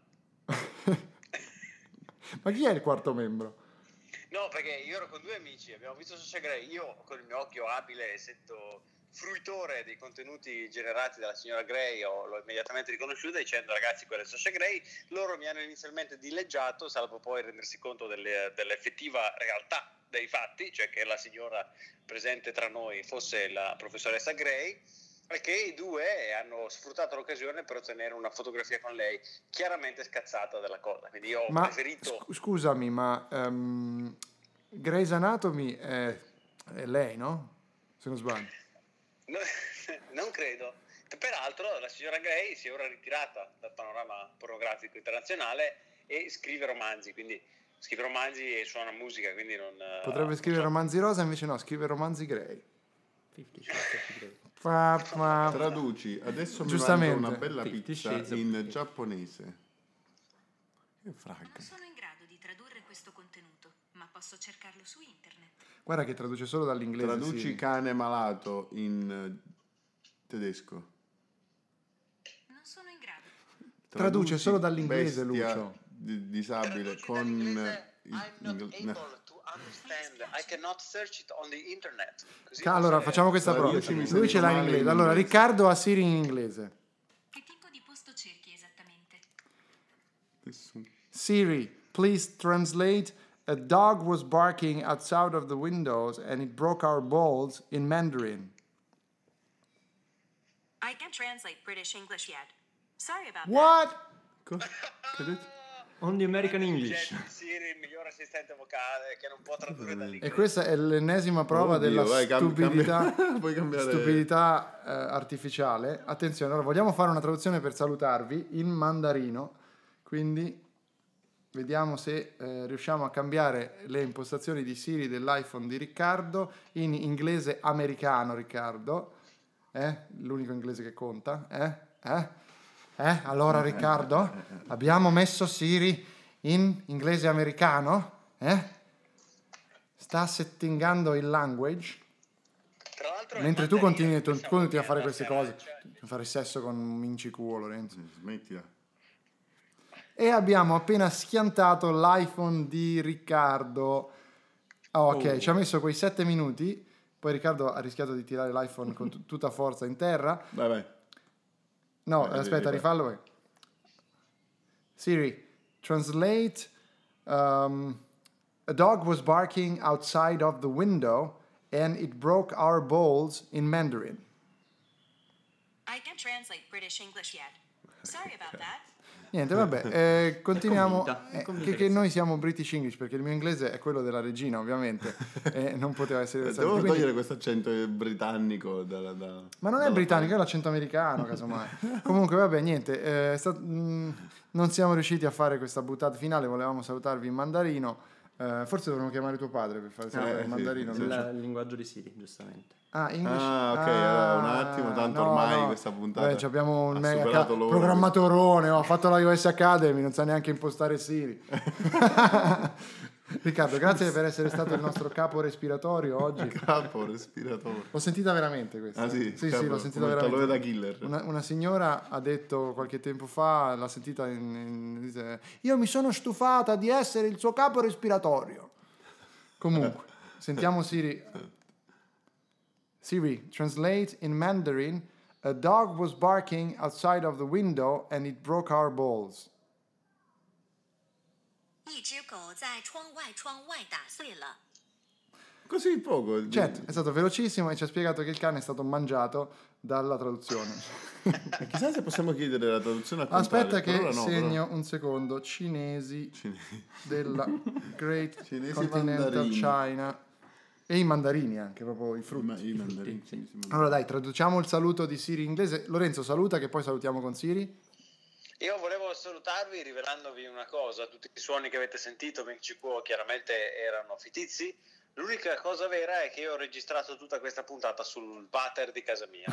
Ma chi è il quarto membro? No, perché io ero con 2 amici, abbiamo visto Sasha Grey, io con il mio occhio abile, essendo fruitore dei contenuti generati dalla signora Grey, l'ho immediatamente riconosciuta dicendo ragazzi quella è Sasha Grey. Loro mi hanno inizialmente dileggiato, salvo poi rendersi conto dell'effettiva realtà dei fatti, cioè che la signora presente tra noi fosse la professoressa Grey, e che i 2 hanno sfruttato l'occasione per ottenere una fotografia con lei, chiaramente scazzata dalla cosa. Quindi io ho preferito... Scusami, ma Grey's Anatomy è lei, no? Se non sbaglio. No, non credo. Peraltro la signora Grey si è ora ritirata dal panorama pornografico internazionale e scrive romanzi, quindi scrive romanzi e suona musica, quindi non... Potrebbe scrivere romanzi rosa, invece no, scrive romanzi Grey. 50 Shades of Grey. Traduci, adesso mi Giustamente. mangio una bella 50 pizza Shades of in Grey. giapponese. Che frag. Non sono in grado di tradurre questo contenuto, ma posso cercarlo su internet. Guarda che traduce solo dall'inglese. Traduci sì. cane malato in tedesco. Non sono in grado. Traduce solo dall'inglese, bestia Lucio. Disabile Traduci con dall'inglese, I'm not no. able to understand, I cannot search it on the internet. Così Allora, non c'è- facciamo questa prova. Traducimi se Lui ce l'ha in male inglese. in Allora, inglese. Riccardo ha Siri in inglese. Che tipo di posto cerchi esattamente? Siri, please translate a dog was barking outside of the windows and it broke our balls in Mandarin. I can't translate British English yet. Sorry about What? Che ha detto? Only American English. Jet Siri, il miglior assistente vocale che non può tradurre E dall'inglese. questa è l'ennesima prova Oddio, della vai, stupidità, puoi cambiare. stupidità artificiale. Attenzione, allora vogliamo fare una traduzione per salutarvi in mandarino, quindi vediamo se riusciamo a cambiare le impostazioni di Siri dell'iPhone di Riccardo in inglese americano, Riccardo. L'unico inglese che conta? Allora Riccardo, abbiamo messo Siri in inglese americano? Sta settingando il language? Tra l'altro mentre tu continui a fare queste cose, a fare sesso con un mincicuo, Lorenzo. Smettila. E abbiamo appena schiantato l'iPhone di Riccardo. Ok, ci ha messo quei 7 minuti. Poi Riccardo ha rischiato di tirare l'iPhone con tutta forza in terra. Vai. No, aspetta, rifallo. Siri, translate. A dog was barking outside of the window and it broke our balls in Mandarin. I can't translate British English yet. Sorry about that. Niente, vabbè, continuiamo. Convinta Che noi siamo British English, perché il mio inglese è quello della regina, ovviamente, e non poteva essere. Devo togliere questo accento britannico. Ma non è britannico, è l'accento americano, casomai. Comunque, vabbè, niente. Non siamo riusciti a fare questa buttata finale. Volevamo salutarvi in mandarino. Forse dovremmo chiamare tuo padre per fare salutare il mandarino. Il linguaggio di Siri, giustamente. English. Ok, allora un attimo, tanto ormai questa puntata. Beh, abbiamo un mega programmatorone, ho fatto la iOS Academy, non sa neanche impostare Siri. Riccardo, grazie per essere stato il nostro capo respiratorio oggi. Capo respiratorio. L'ho sentita veramente questa. Ah sì? Sì, l'ho sentita veramente. veramente. Da killer. Una signora ha detto qualche tempo fa, l'ha sentita dice, io mi sono stufata di essere il suo capo respiratorio. Comunque, sentiamo Siri. Siri, translate in Mandarin. A dog was barking outside of the window and it broke our balls. 一只狗在窗外打碎了。 Così poco. Certo, è stato velocissimo e ci ha spiegato che il cane è stato mangiato dalla traduzione. Chissà se possiamo chiedere la traduzione a Aspetta che segno un secondo. Cinesi della Great Cinesi Continental mandarini. China. E i mandarini anche, proprio i frutti. I mandarini. Allora dai, traduciamo il saluto di Siri in inglese. Lorenzo saluta, che poi salutiamo con Siri. Io volevo salutarvi rivelandovi una cosa: tutti i suoni che avete sentito chiaramente erano fittizi. L'unica cosa vera è che io ho registrato tutta questa puntata sul water di casa mia.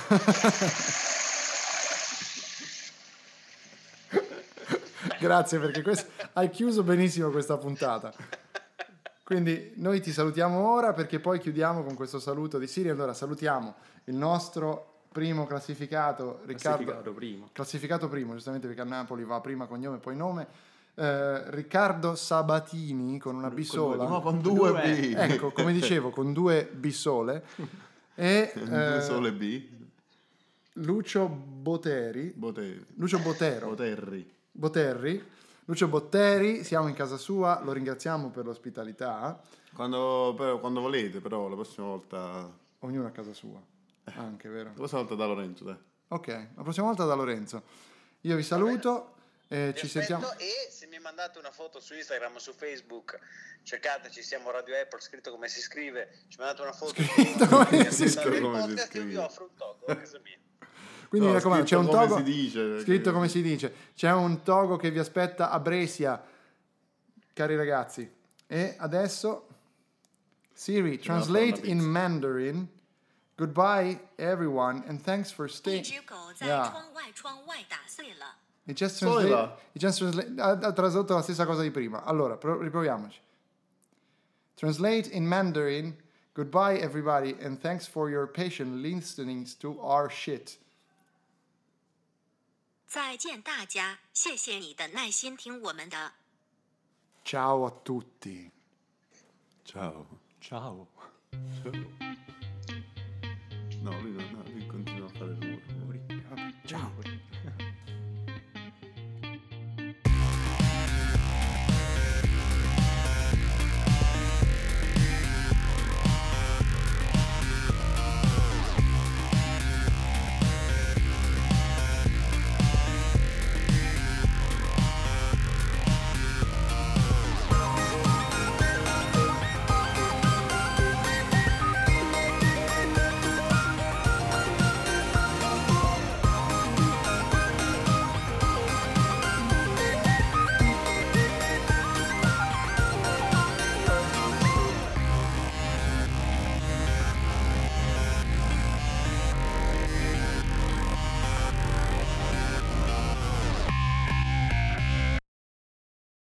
Grazie, perché hai chiuso benissimo questa puntata. Quindi noi ti salutiamo ora, perché poi chiudiamo con questo saluto di Siri. Allora salutiamo il nostro primo classificato, Riccardo. Classificato primo, giustamente, perché a Napoli va prima cognome poi nome. Riccardo Sabatini con una B sola. No, con due B. Ecco, come dicevo, con due B sole. E due sole B. Lucio Boterri. Lucio Botteri, siamo in casa sua, lo ringraziamo per l'ospitalità. Quando volete, però la prossima volta. Ognuno a casa sua. Anche, vero? La prossima volta da Lorenzo, dai. Ok, la prossima volta da Lorenzo. Io vi saluto. Ci sentiamo. E se mi mandate una foto su Instagram o su Facebook, cercateci, siamo Radio Apple, scritto come si scrive, ci mandate una foto scritto come si scrive, che vi offro un togo a casa mia. Quindi mi raccomando, c'è un togo scritto come si dice, c'è un togo che vi aspetta a Brescia, cari ragazzi. E adesso Siri, translate in Mandarin. Goodbye everyone and thanks for staying. It just translate, ha tradotto la stessa cosa di prima. Allora, riproviamoci. Translate in Mandarin. Goodbye everybody and thanks for your patient listening to our shit. 再见大家，谢谢你的耐心听我们的。 Ciao a tutti. Ciao. No, lui continua a fare rumore. Ciao.